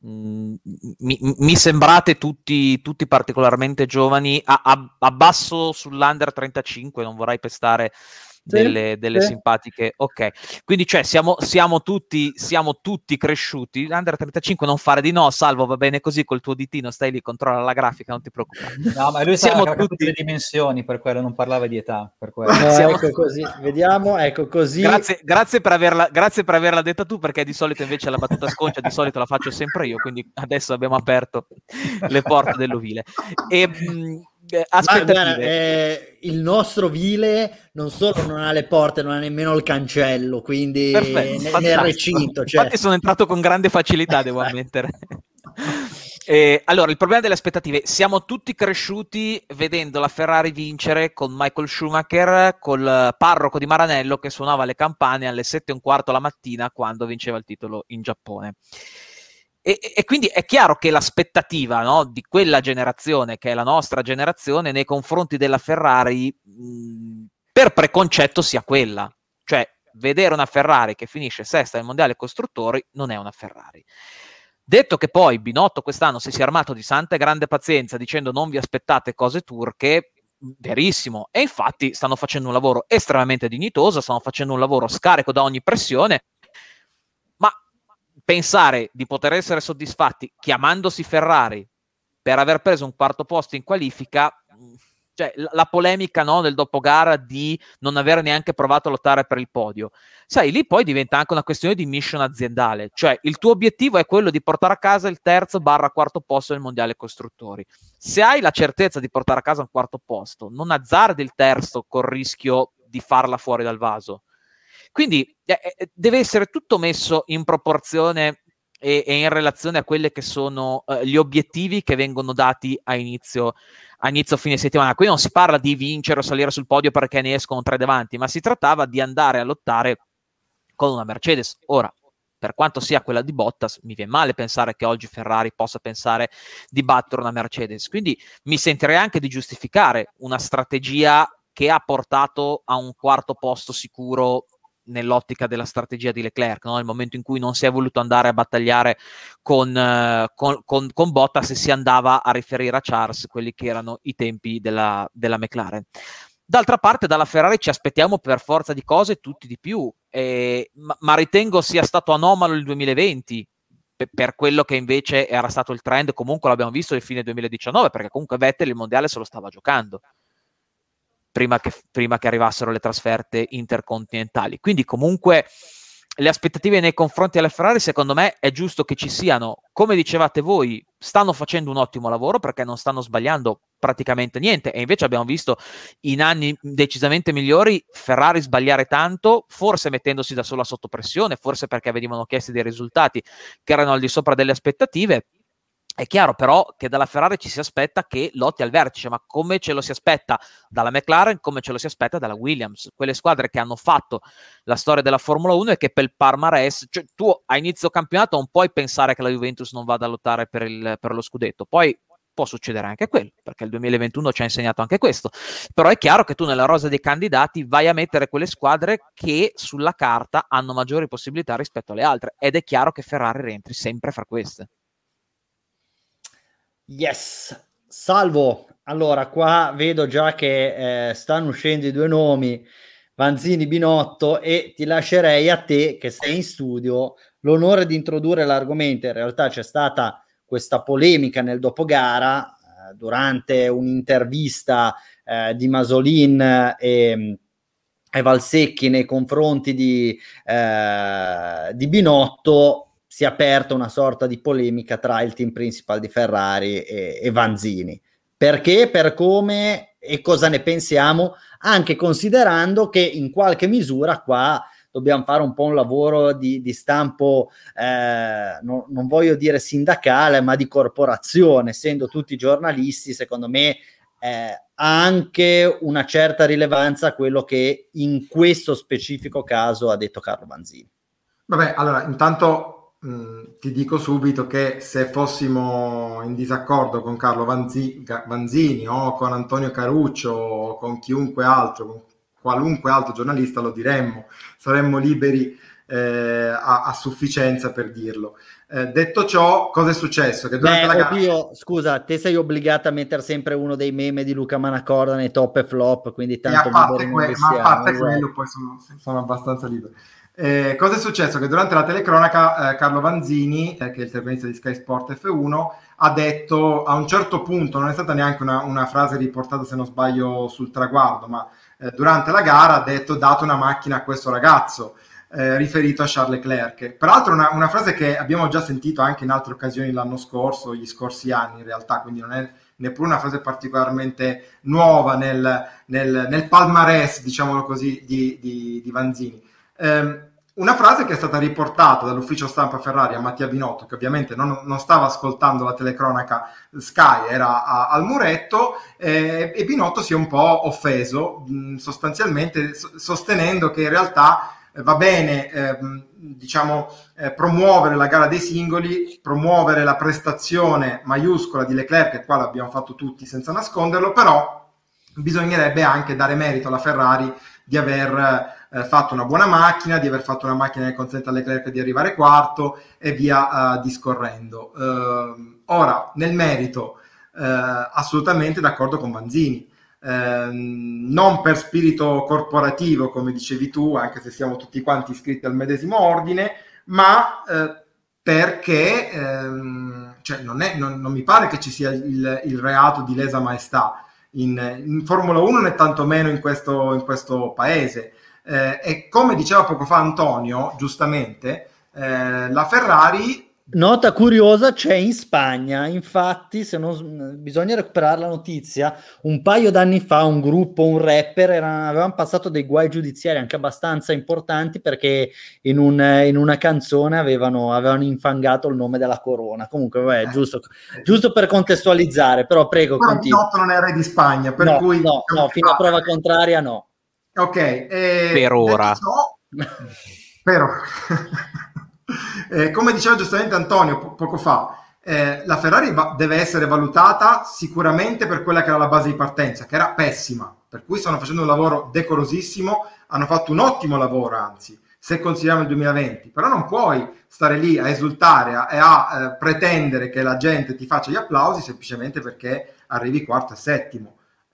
Mi sembrate tutti particolarmente giovani, abbasso sull'under 35, non vorrei pestare delle simpatiche, ok, quindi cioè siamo tutti cresciuti. L'under 35 non fare di no, Salvo, va bene così, col tuo ditino stai lì, controlla la grafica, non ti preoccupare. No, ma lui siamo tutti le dimensioni, per quello non parlava di età, per quello. Ecco così, vediamo, ecco così. Grazie per averla detta tu, perché di solito invece la battuta sconcia di solito la faccio sempre io, quindi adesso abbiamo aperto le porte dell'ovile. Aspettative. Il nostro vile non solo non ha le porte, non ha nemmeno il cancello, quindi nel recinto. Cioè. Infatti sono entrato con grande facilità, devo ammettere. Allora, il problema delle aspettative: siamo tutti cresciuti vedendo la Ferrari vincere con Michael Schumacher, col parroco di Maranello che suonava le campane alle 7:15 la mattina quando vinceva il titolo in Giappone. E quindi è chiaro che l'aspettativa, no, di quella generazione, che è la nostra generazione, nei confronti della Ferrari, per preconcetto sia quella. Cioè, vedere una Ferrari che finisce sesta nel mondiale costruttori non è una Ferrari. Detto che poi Binotto quest'anno si sia armato di santa e grande pazienza dicendo non vi aspettate cose turche, verissimo, e infatti stanno facendo un lavoro estremamente dignitoso, stanno facendo un lavoro scarico da ogni pressione, ma pensare di poter essere soddisfatti chiamandosi Ferrari per aver preso un quarto posto in qualifica, cioè la polemica, no, del dopogara di non aver neanche provato a lottare per il podio, sai, lì poi diventa anche una questione di mission aziendale, cioè il tuo obiettivo è quello di portare a casa il terzo/quarto posto del mondiale costruttori. Se hai la certezza di portare a casa un quarto posto, non azzardi il terzo col rischio di farla fuori dal vaso. Quindi deve essere tutto messo in proporzione e in relazione a quelle che sono gli obiettivi che vengono dati a inizio fine settimana. Qui non si parla di vincere o salire sul podio perché ne escono 3 davanti, ma si trattava di andare a lottare con una Mercedes. Ora, per quanto sia quella di Bottas, mi viene male pensare che oggi Ferrari possa pensare di battere una Mercedes, quindi mi sentirei anche di giustificare una strategia che ha portato a un quarto posto sicuro nell'ottica della strategia di Leclerc, no? Nel momento in cui non si è voluto andare a battagliare con Bottas e si andava a riferire a Charles quelli che erano i tempi della McLaren. D'altra parte dalla Ferrari ci aspettiamo per forza di cose tutti di più, ma ritengo sia stato anomalo il 2020 per quello che invece era stato il trend, comunque l'abbiamo visto nel fine 2019, perché comunque Vettel il mondiale se lo stava giocando prima che arrivassero le trasferte intercontinentali. Quindi comunque le aspettative nei confronti della Ferrari, secondo me è giusto che ci siano. Come dicevate voi, stanno facendo un ottimo lavoro perché non stanno sbagliando praticamente niente, e invece abbiamo visto in anni decisamente migliori Ferrari sbagliare tanto, forse mettendosi da sola sotto pressione, forse perché venivano chiesti dei risultati che erano al di sopra delle aspettative. È chiaro però che dalla Ferrari ci si aspetta che lotti al vertice, ma come ce lo si aspetta dalla McLaren, come ce lo si aspetta dalla Williams, quelle squadre che hanno fatto la storia della Formula 1 e che per il palmarès, cioè tu a inizio campionato non puoi pensare che la Juventus non vada a lottare per lo scudetto, poi può succedere anche quello, perché il 2021 ci ha insegnato anche questo, però è chiaro che tu nella rosa dei candidati vai a mettere quelle squadre che sulla carta hanno maggiori possibilità rispetto alle altre, ed è chiaro che Ferrari rientri sempre fra queste. Yes, Salvo. Allora, qua vedo già che stanno uscendo i due nomi, Vanzini, Binotto, e ti lascerei a te, che sei in studio, l'onore di introdurre l'argomento. In realtà c'è stata questa polemica nel dopogara durante un'intervista di Masolin e Valsecchi nei confronti di Binotto. Si è aperta una sorta di polemica tra il team principal di Ferrari e Vanzini. Perché, per come e cosa ne pensiamo, anche considerando che in qualche misura qua dobbiamo fare un po' un lavoro di stampo, non voglio dire sindacale, ma di corporazione. Essendo tutti giornalisti, secondo me ha anche una certa rilevanza quello che in questo specifico caso ha detto Carlo Vanzini. Vabbè, allora, intanto ti dico subito che se fossimo in disaccordo con Carlo Vanzini o con Antonio Caruccio o con chiunque altro, con qualunque altro giornalista, lo diremmo, saremmo liberi a sufficienza per dirlo. Detto ciò, cosa è successo? Che durante la gara... Scusa, te sei obbligata a mettere sempre uno dei meme di Luca Manacorda nei top e flop, quindi tanto ma a parte quello, poi sono abbastanza libero. Cosa è successo? Che durante la telecronaca Carlo Vanzini, che è il telecronista di Sky Sport F1, ha detto a un certo punto, non è stata neanche una frase riportata se non sbaglio sul traguardo, ma durante la gara ha detto: date una macchina a questo ragazzo, riferito a Charles Leclerc. Peraltro una frase che abbiamo già sentito anche in altre occasioni l'anno scorso, gli scorsi anni in realtà, quindi non è neppure una frase particolarmente nuova nel palmarès, diciamolo così, di Vanzini. Una frase che è stata riportata dall'ufficio stampa Ferrari a Mattia Binotto, che ovviamente non stava ascoltando la telecronaca Sky, era al muretto, e Binotto si è un po' offeso, sostanzialmente sostenendo che in realtà va bene promuovere la gara dei singoli, promuovere la prestazione maiuscola di Leclerc, che qua l'abbiamo fatto tutti senza nasconderlo, però bisognerebbe anche dare merito alla Ferrari di aver fatto una buona macchina, di aver fatto una macchina che consente a Leclerc di arrivare quarto e via discorrendo. Ora, nel merito, assolutamente d'accordo con Vanzini, non per spirito corporativo, come dicevi tu, anche se siamo tutti quanti iscritti al medesimo ordine, ma perché non mi pare che ci sia il reato di lesa maestà in Formula 1, né tantomeno in questo paese. E come diceva poco fa Antonio, giustamente, la Ferrari... Nota curiosa, c'è in Spagna, infatti, se non bisogna recuperare la notizia, un paio d'anni fa un gruppo, un rapper, avevano passato dei guai giudiziari anche abbastanza importanti perché in una canzone avevano infangato il nome della corona. Comunque, vabbè, giusto per contestualizzare, però prego, continua. Binotto non è re di Spagna, per cui... No, fino a prova contraria no. Ok. Per ora. Però... come diceva giustamente Antonio poco fa, la Ferrari deve essere valutata sicuramente per quella che era la base di partenza, che era pessima, per cui stanno facendo un lavoro decorosissimo, hanno fatto un ottimo lavoro, anzi, se consideriamo il 2020, però non puoi stare lì a esultare e a pretendere che la gente ti faccia gli applausi semplicemente perché arrivi quarto e settimo.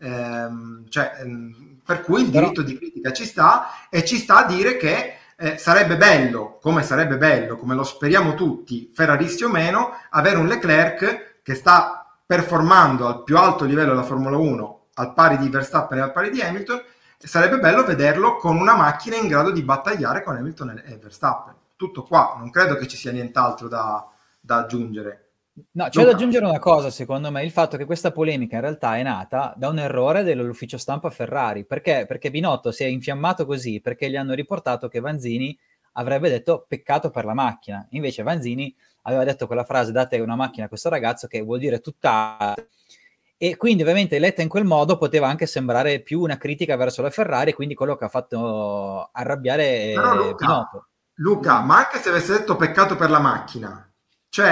Per cui il diritto di critica ci sta, e ci sta a dire che sarebbe bello, come lo speriamo tutti, ferraristi o meno, avere un Leclerc che sta performando al più alto livello della Formula 1, al pari di Verstappen e al pari di Hamilton, e sarebbe bello vederlo con una macchina in grado di battagliare con Hamilton e Verstappen. Tutto qua, non credo che ci sia nient'altro da aggiungere. No, c'è da aggiungere una cosa, secondo me, il fatto che questa polemica in realtà è nata da un errore dell'ufficio stampa Ferrari. Perché Binotto si è infiammato così perché gli hanno riportato che Vanzini avrebbe detto peccato per la macchina. Invece Vanzini aveva detto quella frase: date una macchina a questo ragazzo, che vuol dire tutt'altro. E quindi ovviamente letta in quel modo poteva anche sembrare più una critica verso la Ferrari, quindi quello che ha fatto arrabbiare Binotto. Luca, ma anche se avesse detto peccato per la macchina, cioè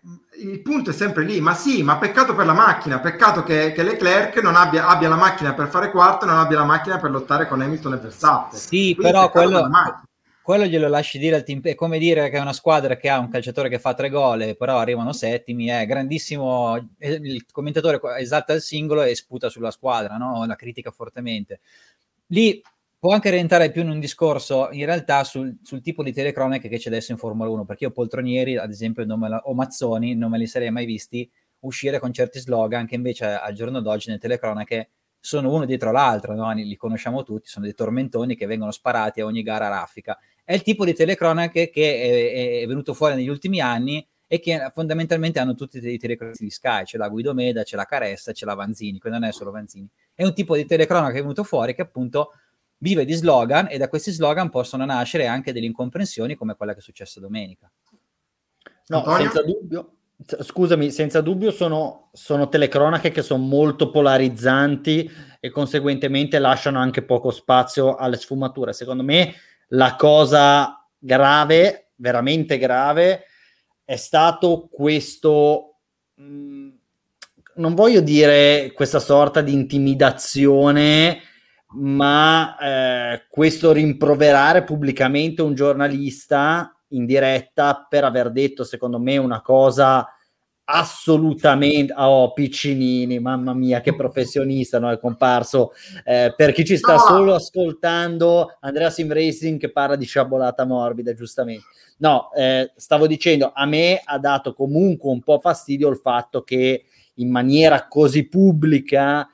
il punto è sempre lì, ma sì, ma peccato per la macchina, peccato che Leclerc non abbia la macchina per fare quarto e non abbia la macchina per lottare con Hamilton e Verstappen. Sì, Quindi però quello glielo lasci dire al team. È come dire che è una squadra che ha un calciatore che fa 3 gol, però arrivano settimi, è grandissimo. Il commentatore esalta il singolo e sputa sulla squadra, no? La critica fortemente. Lì può anche rientrare più in un discorso in realtà sul tipo di telecronache che c'è adesso in Formula 1, perché io poltronieri, ad esempio, o Mazzoni, non me li sarei mai visti uscire con certi slogan che invece al giorno d'oggi nelle telecronache sono uno dietro l'altro, no? Li conosciamo tutti, sono dei tormentoni che vengono sparati a ogni gara raffica. È il tipo di telecronache che è venuto fuori negli ultimi anni e che fondamentalmente hanno tutti i telecronisti di Sky, c'è la Guido Meda, c'è la Caressa, c'è la Vanzini, quindi non è solo Vanzini. È un tipo di telecronaca che è venuto fuori che appunto vive di slogan, e da questi slogan possono nascere anche delle incomprensioni come quella che è successa domenica. No, Antonio? senza dubbio. Scusami, senza dubbio sono telecronache che sono molto polarizzanti e conseguentemente lasciano anche poco spazio alle sfumature. Secondo me la cosa grave, veramente grave, è stato questo, non voglio dire questa sorta di intimidazione, ma questo rimproverare pubblicamente un giornalista in diretta per aver detto, secondo me, una cosa assolutamente Piccinini, mamma mia che professionista, no? È comparso per chi ci sta solo ascoltando, Andrea Sim Racing che parla di sciabolata morbida, giustamente. No, stavo dicendo, a me ha dato comunque un po' fastidio il fatto che in maniera così pubblica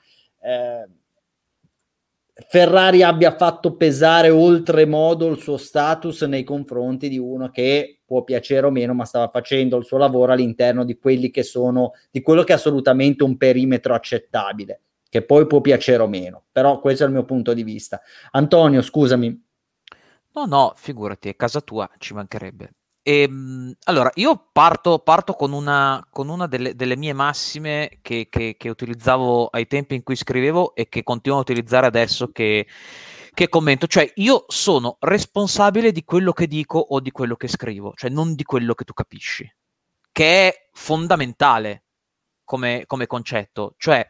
Ferrari abbia fatto pesare oltremodo il suo status nei confronti di uno che può piacere o meno, ma stava facendo il suo lavoro all'interno di quelli che sono, di quello che è assolutamente un perimetro accettabile, che poi può piacere o meno, però questo è il mio punto di vista. Antonio, scusami. No, figurati, è casa tua, ci mancherebbe. Allora, io parto con una delle mie massime che utilizzavo ai tempi in cui scrivevo e che continuo a utilizzare adesso che commento, cioè io sono responsabile di quello che dico o di quello che scrivo, cioè non di quello che tu capisci, che è fondamentale come concetto. Cioè,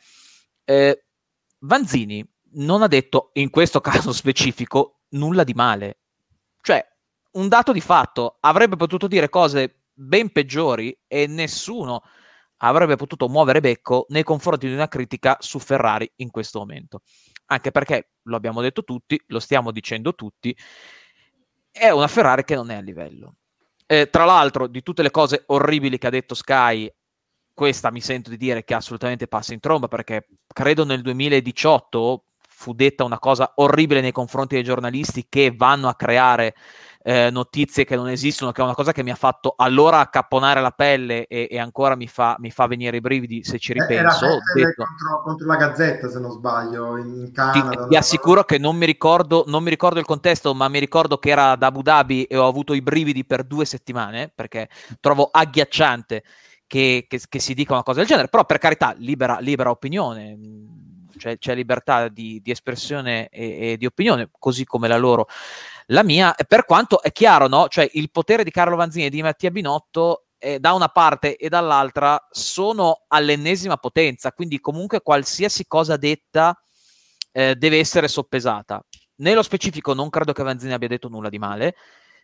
Vanzini non ha detto, in questo caso specifico, nulla di male. Cioè, un dato di fatto, avrebbe potuto dire cose ben peggiori e nessuno avrebbe potuto muovere becco nei confronti di una critica su Ferrari in questo momento. Anche perché, lo abbiamo detto tutti, lo stiamo dicendo tutti, è una Ferrari che non è a livello. Tra l'altro, di tutte le cose orribili che ha detto Sky, questa mi sento di dire che assolutamente passa in tromba, perché credo nel 2018 fu detta una cosa orribile nei confronti dei giornalisti che vanno a creare notizie che non esistono, che è una cosa che mi ha fatto allora accapponare la pelle e ancora mi fa venire i brividi se ci ripenso. Era contro la Gazzetta, se non sbaglio, in Canada. Ti assicuro che non mi ricordo il contesto, ma mi ricordo che era ad Abu Dhabi e ho avuto i brividi per 2 settimane, perché trovo agghiacciante che si dica una cosa del genere. Però per carità, libera opinione, c'è libertà di espressione e di opinione, così come la loro. La mia, per quanto è chiaro, no? Cioè il potere di Carlo Vanzini e di Mattia Binotto da una parte e dall'altra sono all'ennesima potenza, quindi comunque qualsiasi cosa detta deve essere soppesata. Nello specifico non credo che Vanzini abbia detto nulla di male,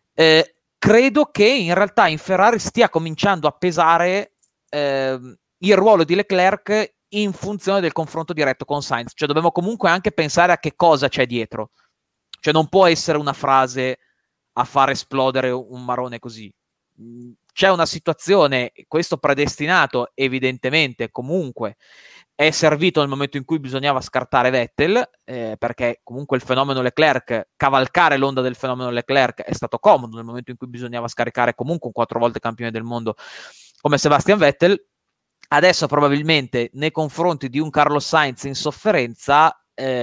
credo che in realtà in Ferrari stia cominciando a pesare il ruolo di Leclerc in funzione del confronto diretto con Sainz, cioè dobbiamo comunque anche pensare a che cosa c'è dietro, cioè non può essere una frase a far esplodere un marrone così. C'è una situazione, questo predestinato evidentemente comunque è servito nel momento in cui bisognava scartare Vettel, perché comunque il fenomeno Leclerc, cavalcare l'onda del fenomeno Leclerc è stato comodo nel momento in cui bisognava scaricare comunque un 4 volte campione del mondo come Sebastian Vettel. Adesso probabilmente nei confronti di un Carlos Sainz in sofferenza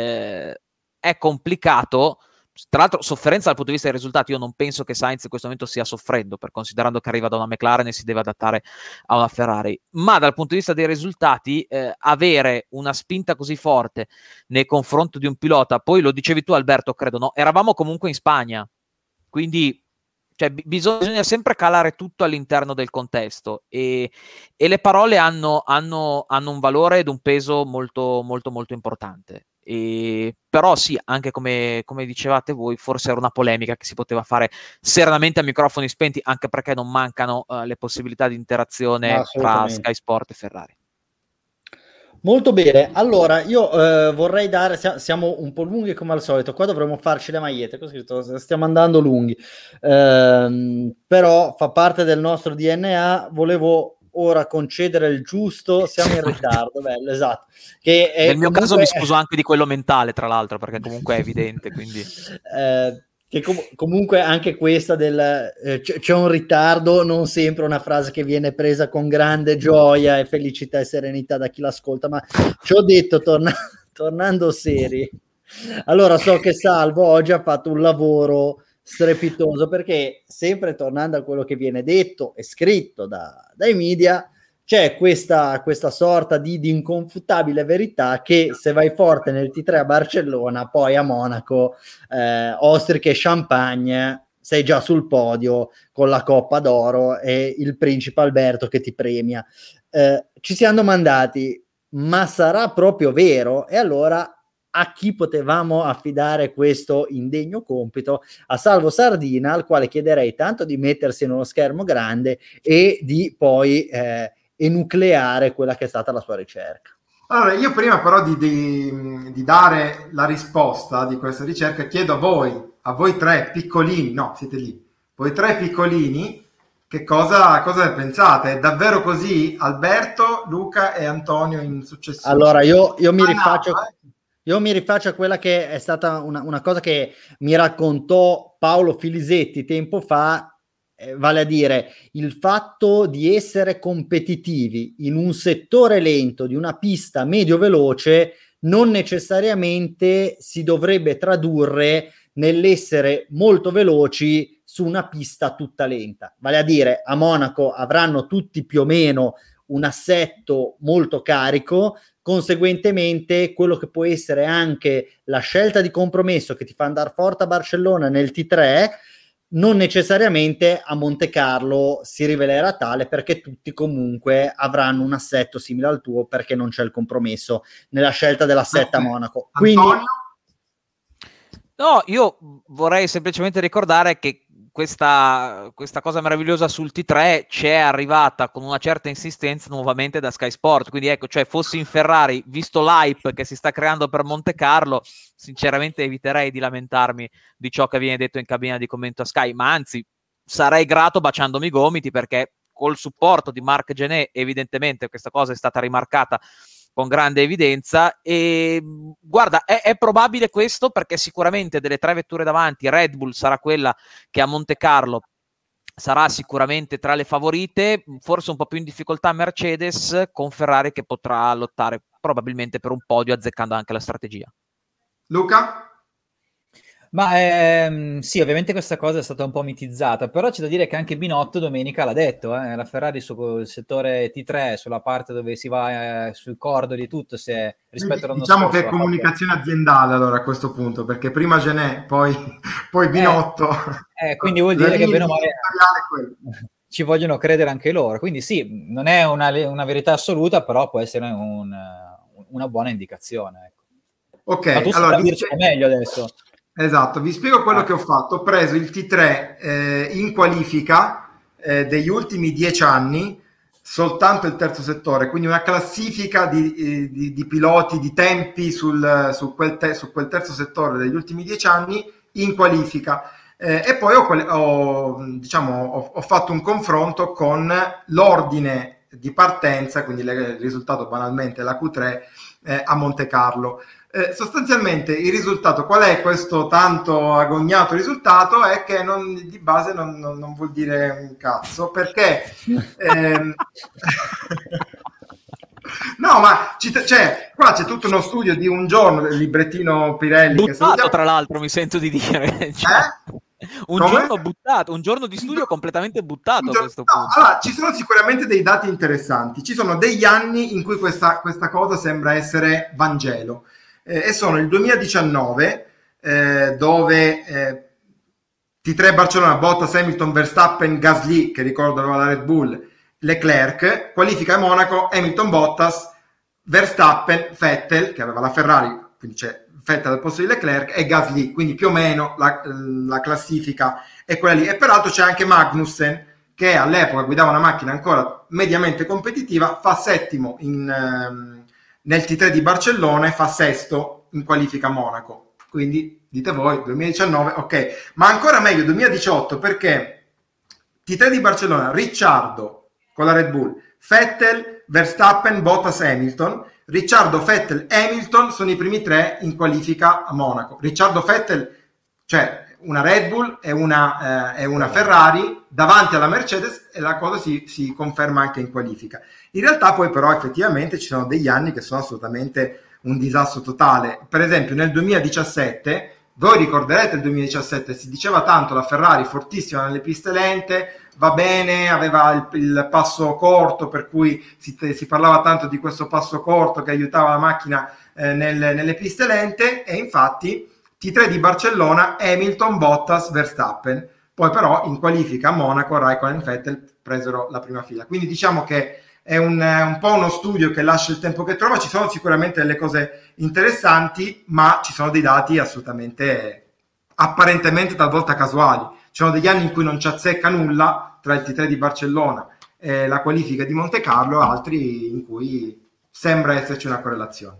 è complicato. Tra l'altro sofferenza dal punto di vista dei risultati, io non penso che Sainz in questo momento stia soffrendo, per considerando che arriva da una McLaren e si deve adattare a una Ferrari, ma dal punto di vista dei risultati avere una spinta così forte nei confronti di un pilota, poi lo dicevi tu Alberto, credo, no? Eravamo comunque in Spagna, quindi Cioè, bisogna sempre calare tutto all'interno del contesto e le parole hanno un valore ed un peso molto, molto, molto importante. Però sì, anche come dicevate voi, forse era una polemica che si poteva fare serenamente a microfoni spenti, anche perché non mancano le possibilità di interazione tra Sky Sport e Ferrari. Molto bene, allora io vorrei dare, siamo un po' lunghi come al solito, qua dovremmo farci le magliette, così stiamo andando lunghi, però fa parte del nostro DNA, volevo ora concedere il giusto, siamo in ritardo, bello, esatto. Che nel mio caso mi scuso anche di quello mentale, tra l'altro, perché comunque è evidente, quindi... che comunque anche questa c'è un ritardo, non sempre una frase che viene presa con grande gioia e felicità e serenità da chi l'ascolta, ma ci ho detto, tornando seri, allora so che Salvo oggi ha fatto un lavoro strepitoso, perché sempre tornando a quello che viene detto e scritto dai media, c'è questa sorta di inconfutabile verità che se vai forte nel T3 a Barcellona, poi a Monaco, ostriche e champagne, sei già sul podio con la Coppa d'Oro e il principe Alberto che ti premia. Ci siamo domandati, ma sarà proprio vero? E allora a chi potevamo affidare questo indegno compito? A Salvo Sardina, al quale chiederei tanto di mettersi in uno schermo grande e di poi enucleare quella che è stata la sua ricerca. Allora, io prima però di dare la risposta di questa ricerca chiedo a voi tre piccolini, no, siete lì, voi tre piccolini, che cosa ne pensate? È davvero così? Alberto, Luca e Antonio in successione. Allora, io mi rifaccio a quella che è stata una cosa che mi raccontò Paolo Filisetti tempo fa, vale a dire il fatto di essere competitivi in un settore lento di una pista medio veloce non necessariamente si dovrebbe tradurre nell'essere molto veloci su una pista tutta lenta. Vale a dire, a Monaco avranno tutti più o meno un assetto molto carico, conseguentemente quello che può essere anche la scelta di compromesso che ti fa andare forte a Barcellona nel T3 non necessariamente a Monte Carlo si rivelerà tale, perché tutti comunque avranno un assetto simile al tuo, perché non c'è il compromesso nella scelta dell'assetto a Monaco. Quindi no, io vorrei semplicemente ricordare che questa cosa meravigliosa sul T3 c'è arrivata con una certa insistenza nuovamente da Sky Sport, quindi ecco, cioè fossi in Ferrari, visto l'hype che si sta creando per Monte Carlo, sinceramente eviterei di lamentarmi di ciò che viene detto in cabina di commento a Sky, ma anzi sarei grato baciandomi i gomiti, perché col supporto di Marc Gené evidentemente questa cosa è stata rimarcata con grande evidenza e guarda, è probabile questo, perché sicuramente delle tre vetture davanti Red Bull sarà quella che a Monte Carlo sarà sicuramente tra le favorite, forse un po' più in difficoltà Mercedes, con Ferrari che potrà lottare probabilmente per un podio azzeccando anche la strategia. Luca? Ma sì, ovviamente questa cosa è stata un po' mitizzata, però c'è da dire che anche Binotto domenica l'ha detto, la Ferrari sul settore T3, sulla parte dove si va sul cordo di tutto, se rispetto all'anno diciamo scorso, che è comunicazione aziendale allora a questo punto, perché prima Gené, poi Binotto. Quindi vuol dire che bene o male ci vogliono credere anche loro, quindi sì, non è una verità assoluta, però può essere una buona indicazione. Ecco. Ok, ma tu allora dircelo meglio adesso. Esatto, vi spiego quello che ho fatto. Ho preso il T3 in qualifica degli ultimi 10 anni, soltanto il terzo settore, quindi una classifica di piloti, di tempi su quel terzo settore degli ultimi 10 anni in qualifica. E poi ho fatto un confronto con l'ordine di partenza, quindi il risultato banalmente la Q3 a Monte Carlo. Sostanzialmente il risultato, qual è questo tanto agognato risultato? È che di base non vuol dire un cazzo, perché no, ma qua c'è tutto uno studio di un giorno del librettino Pirelli buttato, tra l'altro mi sento di dire un giorno di studio completamente buttato a questo punto. Allora, ci sono sicuramente dei dati interessanti, ci sono degli anni in cui questa cosa sembra essere Vangelo. E sono il 2019 dove T3 Barcellona, Bottas, Hamilton, Verstappen, Gasly, che ricordo aveva la Red Bull, Leclerc. Qualifica a Monaco, Hamilton, Bottas, Verstappen, Vettel, che aveva la Ferrari, quindi c'è Vettel al posto di Leclerc, e Gasly, quindi più o meno la classifica è quella lì. E peraltro c'è anche Magnussen, che all'epoca guidava una macchina ancora mediamente competitiva, fa settimo nel T3 di Barcellona e fa sesto in qualifica a Monaco. Quindi dite voi, 2019, ok, ma ancora meglio 2018, perché T3 di Barcellona, Ricciardo con la Red Bull, Vettel, Verstappen, Bottas, Hamilton. Ricciardo, Vettel, Hamilton sono i primi tre in qualifica a Monaco. Ricciardo, Vettel, cioè una Red Bull e una Ferrari davanti alla Mercedes, e la cosa si conferma anche in qualifica. In realtà poi però effettivamente ci sono degli anni che sono assolutamente un disastro totale. Per esempio nel 2017, voi ricorderete il 2017, si diceva tanto la Ferrari fortissima nelle piste lente, va bene, aveva il passo corto, per cui si parlava tanto di questo passo corto che aiutava la macchina nelle piste lente, e infatti T3 di Barcellona, Hamilton, Bottas, Verstappen. Poi però in qualifica a Monaco Raikkonen e Vettel presero la prima fila. Quindi diciamo che è un po' uno studio che lascia il tempo che trova. Ci sono sicuramente delle cose interessanti, ma ci sono dei dati assolutamente, apparentemente talvolta casuali. Ci sono degli anni in cui non ci azzecca nulla tra il T3 di Barcellona e la qualifica di Monte Carlo, altri in cui sembra esserci una correlazione.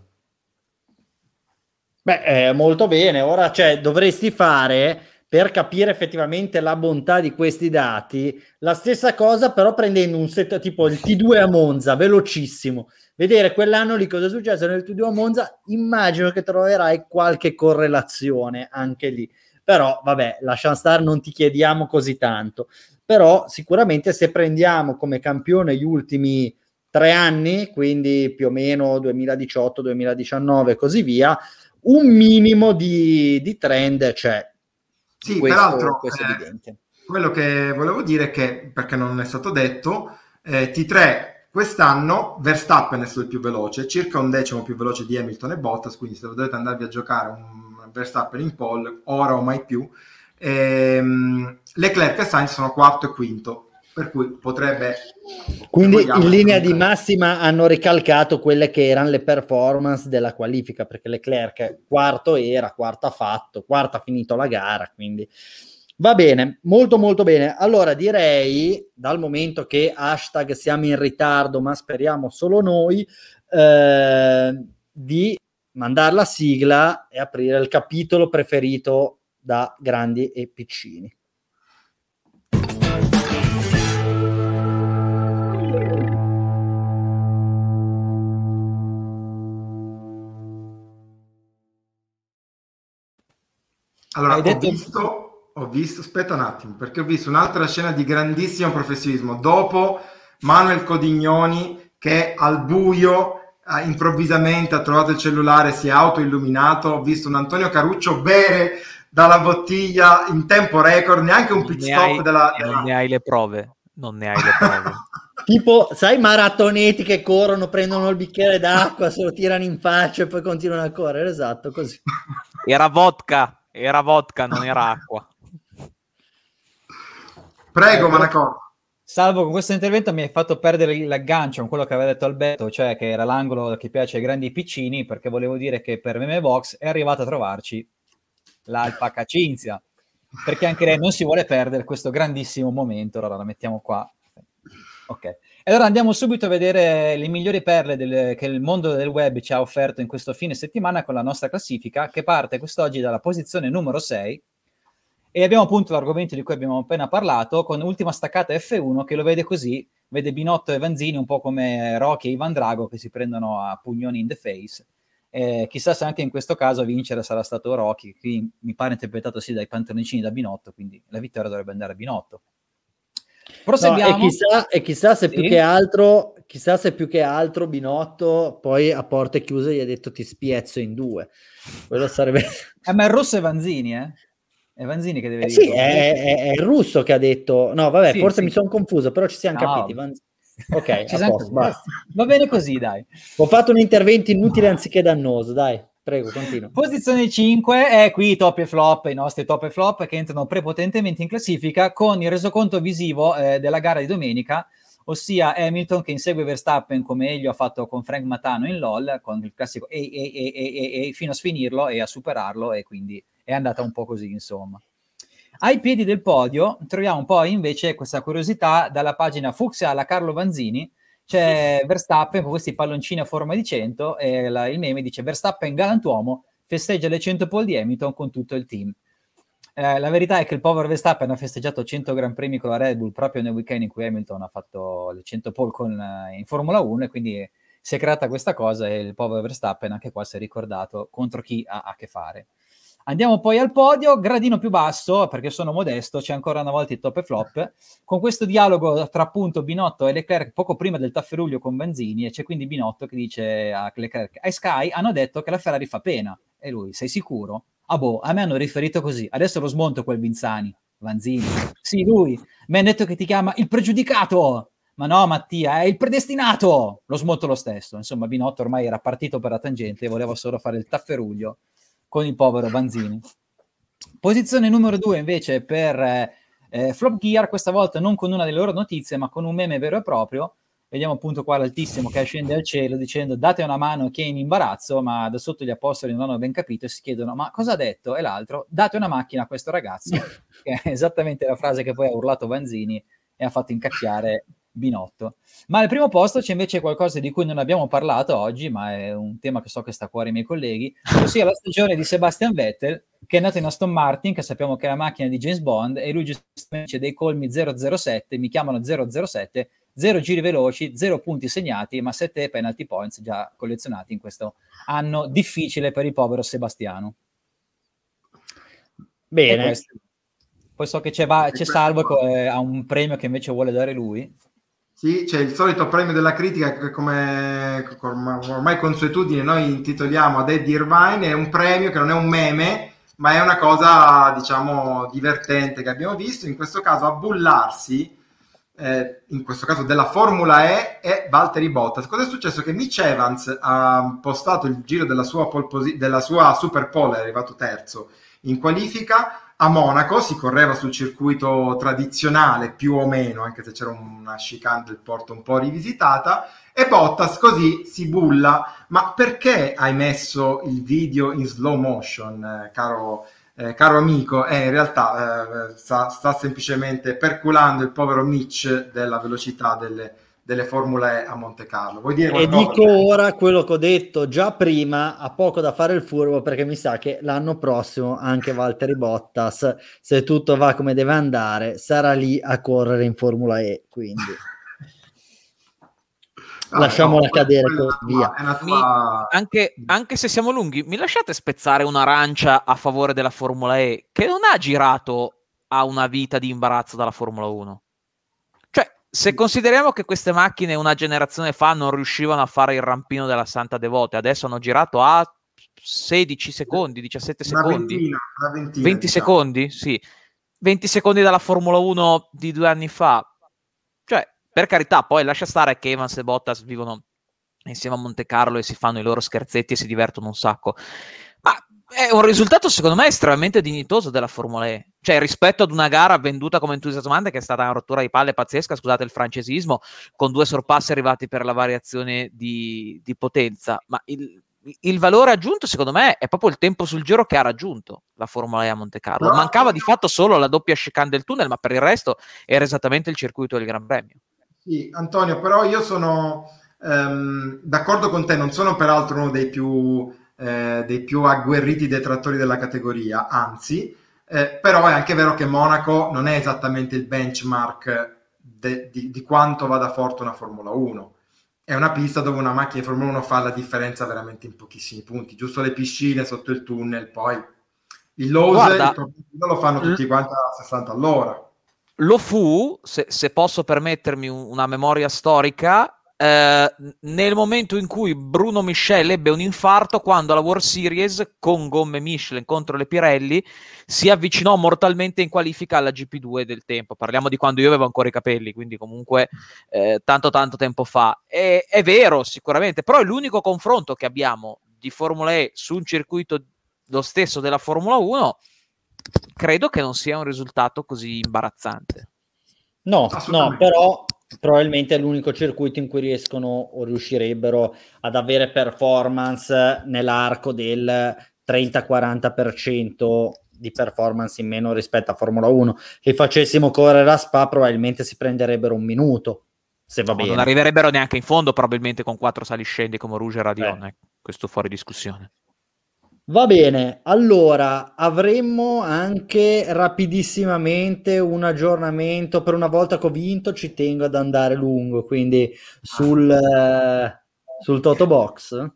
Beh, molto bene. Ora, dovresti fare, per capire effettivamente la bontà di questi dati, la stessa cosa però prendendo un set tipo il T2 a Monza, velocissimo, vedere quell'anno lì cosa è successo nel T2 a Monza. Immagino che troverai qualche correlazione anche lì, però vabbè, lascia stare, non ti chiediamo così tanto. Però sicuramente se prendiamo come campione gli ultimi 3 anni, quindi più o meno 2018, 2019 e così via, un minimo di trend c'è. Sì, peraltro questo è evidente. Quello che volevo dire è che, perché non è stato detto, T3 quest'anno Verstappen è stato il più veloce, circa un decimo più veloce di Hamilton e Bottas, quindi se dovete andarvi a giocare un Verstappen in pole, ora o mai più. Leclerc e Sainz sono quarto e quinto, per cui potrebbe... Quindi in linea di massima hanno ricalcato quelle che erano le performance della qualifica, perché Leclerc quarto era, quarto ha fatto, quarto ha finito la gara, quindi va bene, molto molto bene. Allora direi, dal momento che hashtag siamo in ritardo, ma speriamo solo noi, di mandare la sigla e aprire il capitolo preferito da grandi e piccini. Allora, ho visto, aspetta un attimo, perché ho visto un'altra scena di grandissimo professionismo. Dopo Manuel Codignoni, che al buio improvvisamente ha trovato il cellulare, si è autoilluminato, ho visto un Antonio Caruccio bere dalla bottiglia in tempo record, neanche un pit stop non ne hai le prove. Tipo, sai, maratoneti che corrono, prendono il bicchiere d'acqua, se lo tirano in faccia e poi continuano a correre, esatto, così. Era vodka, non era acqua. Prego, Manacor. Salvo, con questo intervento mi hai fatto perdere l'aggancio con quello che aveva detto Alberto, cioè che era l'angolo che piace ai grandi piccini, perché volevo dire che per Meme Box è arrivata a trovarci l'alpaca Cinzia, perché anche lei non si vuole perdere questo grandissimo momento. Allora la mettiamo qua. Ok. E allora andiamo subito a vedere le migliori perle che il mondo del web ci ha offerto in questo fine settimana con la nostra classifica, che parte quest'oggi dalla posizione numero 6. E abbiamo appunto l'argomento di cui abbiamo appena parlato, con ultima staccata F1 che lo vede così, vede Binotto e Vanzini un po' come Rocky e Ivan Drago che si prendono a pugnoni in the face. Chissà se anche in questo caso a vincere sarà stato Rocky, qui mi pare interpretato sì dai pantoncini da Binotto, quindi la vittoria dovrebbe andare a Binotto. Proseguiamo. No, e chissà se più che altro Binotto poi a porte chiuse gli ha detto ti spiezzo in due. Quello sarebbe... ma è Rosso e Vanzini, È Vanzini che deve dire. Sì, è il russo che ha detto... No, vabbè, sì, forse mi sono confuso, però ci siamo capiti. Ok, ci va bene così, dai. Ho fatto un intervento inutile anziché dannoso, dai. Prego, continua. Posizione 5 è qui i top e flop, i nostri top e flop che entrano prepotentemente in classifica con il resoconto visivo della gara di domenica, ossia Hamilton che insegue Verstappen come egli ha fatto con Frank Matano in LOL, con il classico e fino a sfinirlo e a superarlo, e quindi è andata un po' così, insomma. Ai piedi del podio troviamo poi invece questa curiosità dalla pagina Fucsia alla Carlo Vanzini. C'è Verstappen con questi palloncini a forma di 100 e il meme dice Verstappen galantuomo, festeggia le 100 pole di Hamilton con tutto il team. La verità è che il povero Verstappen ha festeggiato 100 Gran Premi con la Red Bull proprio nel weekend in cui Hamilton ha fatto le 100 pole in Formula 1, e quindi si è creata questa cosa e il povero Verstappen anche qua si è ricordato contro chi ha a che fare. Andiamo poi al podio, gradino più basso, perché sono modesto, c'è ancora una volta il top e flop, con questo dialogo tra appunto Binotto e Leclerc poco prima del tafferuglio con Vanzini, e c'è quindi Binotto che dice a Leclerc, ai Sky hanno detto che la Ferrari fa pena, e lui, sei sicuro? Ah boh, a me hanno riferito così, adesso lo smonto quel Vanzini, sì lui, mi hanno detto che ti chiama il pregiudicato, ma no Mattia, è il predestinato, lo smonto lo stesso, insomma Binotto ormai era partito per la tangente e voleva solo fare il tafferuglio con il povero Vanzini. Posizione numero 2 invece per Flop Gear, questa volta non con una delle loro notizie ma con un meme vero e proprio. Vediamo appunto qua l'Altissimo che scende al cielo dicendo date una mano chi è in imbarazzo, ma da sotto gli apostoli non hanno ben capito e si chiedono ma cosa ha detto? E l'altro date una macchina a questo ragazzo, che è esattamente la frase che poi ha urlato Vanzini e ha fatto incacchiare Binotto. Ma al primo posto c'è invece qualcosa di cui non abbiamo parlato oggi, ma è un tema che so che sta a cuore ai miei colleghi, ossia la stagione di Sebastian Vettel, che è nato in Aston Martin, che sappiamo che è la macchina di James Bond, e lui giustamente dice dei colmi 007, mi chiamano 007, 0 giri veloci, 0 punti segnati, ma 7 penalty points già collezionati in questo anno difficile per il povero Sebastiano. Bene. Poi so che c'è Salvo che ha un premio che invece vuole dare lui. Sì, c'è il solito premio della critica che come ormai consuetudine noi intitoliamo ad Eddie Irvine. È un premio che non è un meme, ma è una cosa, diciamo, divertente che abbiamo visto. In questo caso a bullarsi, in questo caso della Formula E, è Valtteri Bottas. Cosa è successo? Che Mitch Evans ha postato il giro della sua Super Pole, è arrivato terzo in qualifica. A Monaco si correva sul circuito tradizionale più o meno, anche se c'era una chicane del porto un po' rivisitata, e Bottas così si bulla. Ma perché hai messo il video in slow motion, caro amico? In realtà sta semplicemente perculando il povero Mitch della velocità delle Formule E a Monte Carlo. Vuoi dire qualcosa? E dico ora quello che ho detto già prima, ha poco da fare il furbo, perché mi sa che l'anno prossimo anche Valtteri Bottas, se tutto va come deve andare, sarà lì a correre in Formula E, quindi lasciamola cadere via. Anche se siamo lunghi, mi lasciate spezzare un'arancia a favore della Formula E, che non ha girato a una vita di imbarazzo dalla Formula 1. Se consideriamo che queste macchine una generazione fa non riuscivano a fare il rampino della Santa Devote, adesso hanno girato a 16 secondi, 17 secondi, una ventina, 20 diciamo. secondi? Sì, 20 secondi dalla Formula 1 di 2 anni fa. Cioè, per carità, poi lascia stare che Evans e Bottas vivono insieme a Monte Carlo e si fanno i loro scherzetti e si divertono un sacco. Ma è un risultato secondo me estremamente dignitoso della Formula E, cioè rispetto ad una gara venduta come entusiasmante che è stata una rottura di palle pazzesca, scusate il francesismo, con 2 sorpassi arrivati per la variazione di potenza, ma il valore aggiunto secondo me è proprio il tempo sul giro che ha raggiunto la Formula E a Monte Carlo. Mancava di fatto solo la doppia chicane del tunnel, ma per il resto era esattamente il circuito del Gran Premio. Sì, Antonio, però io sono d'accordo con te, non sono peraltro uno dei più agguerriti detrattori della categoria, anzi, però è anche vero che Monaco non è esattamente il benchmark di quanto vada forte una Formula 1. È una pista dove una macchina di Formula 1 fa la differenza veramente in pochissimi punti, giusto le piscine sotto il tunnel, poi il Lowe's lo fanno tutti quanti a 60 all'ora. Lo fu, se posso permettermi una memoria storica, nel momento in cui Bruno Michel ebbe un infarto quando alla World Series con gomme Michelin contro le Pirelli si avvicinò mortalmente in qualifica alla GP2 del tempo. Parliamo di quando io avevo ancora i capelli, quindi comunque tanto tempo fa. È vero sicuramente, però è l'unico confronto che abbiamo di Formula E su un circuito lo stesso della Formula 1, credo che non sia un risultato così imbarazzante. No, però probabilmente è l'unico circuito in cui riescono o riuscirebbero ad avere performance nell'arco del 30-40% di performance in meno rispetto a Formula 1. Se facessimo correre a Spa probabilmente si prenderebbero un minuto, se va bene. Non arriverebbero neanche in fondo probabilmente con 4 saliscendi come Rouge e Radion, questo fuori discussione. Va bene, allora avremmo anche rapidissimamente un aggiornamento. Per una volta che ho vinto ci tengo ad andare lungo, quindi sul Toto Box.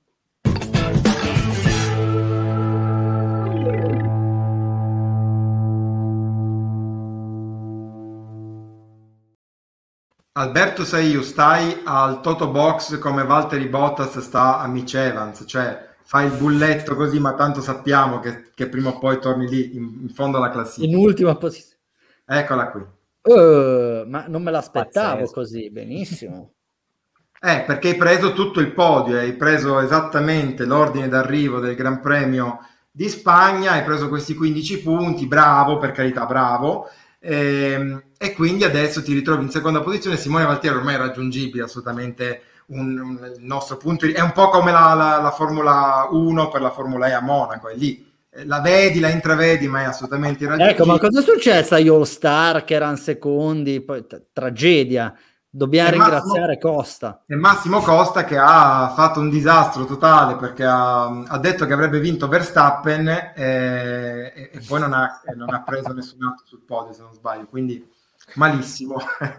Alberto Saiu, stai al Toto Box come Valtteri Bottas sta a Mitch Evans, cioè fai il bulletto così, ma tanto sappiamo che prima o poi torni lì in fondo alla classifica. In ultima posizione. Eccola qui. Ma non me l'aspettavo Pazzesco. così, benissimo. Perché hai preso tutto il podio, hai preso esattamente l'ordine d'arrivo del Gran Premio di Spagna, hai preso questi 15 punti, bravo, per carità, bravo. E quindi adesso ti ritrovi in seconda posizione. Simone Valtieri ormai è raggiungibile, assolutamente il nostro punto, è un po' come la Formula 1 per la Formula E a Monaco, è lì, la vedi, la intravedi, ma è assolutamente irraggiungibile. Ecco, ma cosa è successo agli All Star che erano secondi? Poi, tragedia, dobbiamo ringraziare Costa. E Massimo Costa che ha fatto un disastro totale, perché ha detto che avrebbe vinto Verstappen e poi non ha preso nessun altro sul podio, se non sbaglio, quindi malissimo.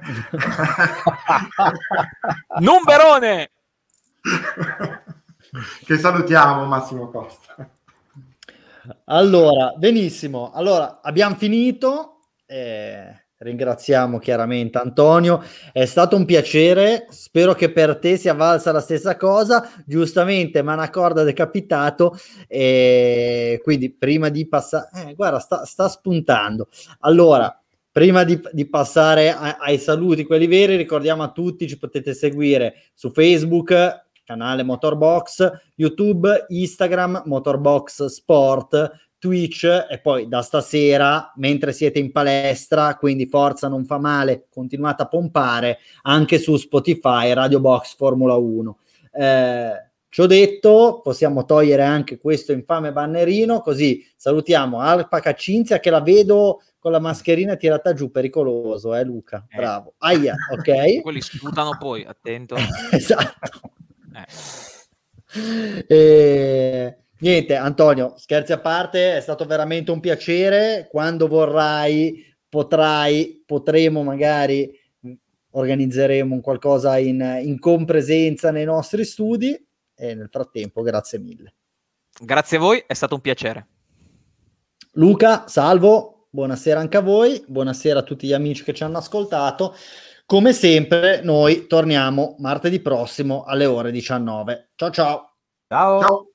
Numberone! Che salutiamo, Massimo Costa. Allora, benissimo. Allora, abbiamo finito. Ringraziamo chiaramente Antonio. È stato un piacere. Spero che per te sia valsa la stessa cosa. Giustamente, ma una corda decapitato. Quindi, prima di passare, guarda, sta spuntando. Allora, prima di passare ai saluti, quelli veri, ricordiamo a tutti, ci potete seguire su Facebook, canale Motorbox, YouTube, Instagram, Motorbox Sport, Twitch, e poi da stasera, mentre siete in palestra, quindi forza, non fa male, continuate a pompare, anche su Spotify, Radio Box Formula 1. Ci ho detto, possiamo togliere anche questo infame bannerino, così salutiamo Alpaca Cinzia, che la vedo con la mascherina tirata giù, pericoloso, Luca? Bravo. Aia, ok? Quelli sputano poi, attento. Esatto. Niente, Antonio, scherzi a parte, è stato veramente un piacere. Quando vorrai, potremo magari organizzeremo un qualcosa in compresenza nei nostri studi, e nel frattempo grazie mille. Grazie a voi, è stato un piacere. Luca, salvo, buonasera anche a voi, buonasera a tutti gli amici che ci hanno ascoltato. Come sempre noi torniamo martedì prossimo alle ore 19. Ciao ciao. Ciao. Ciao.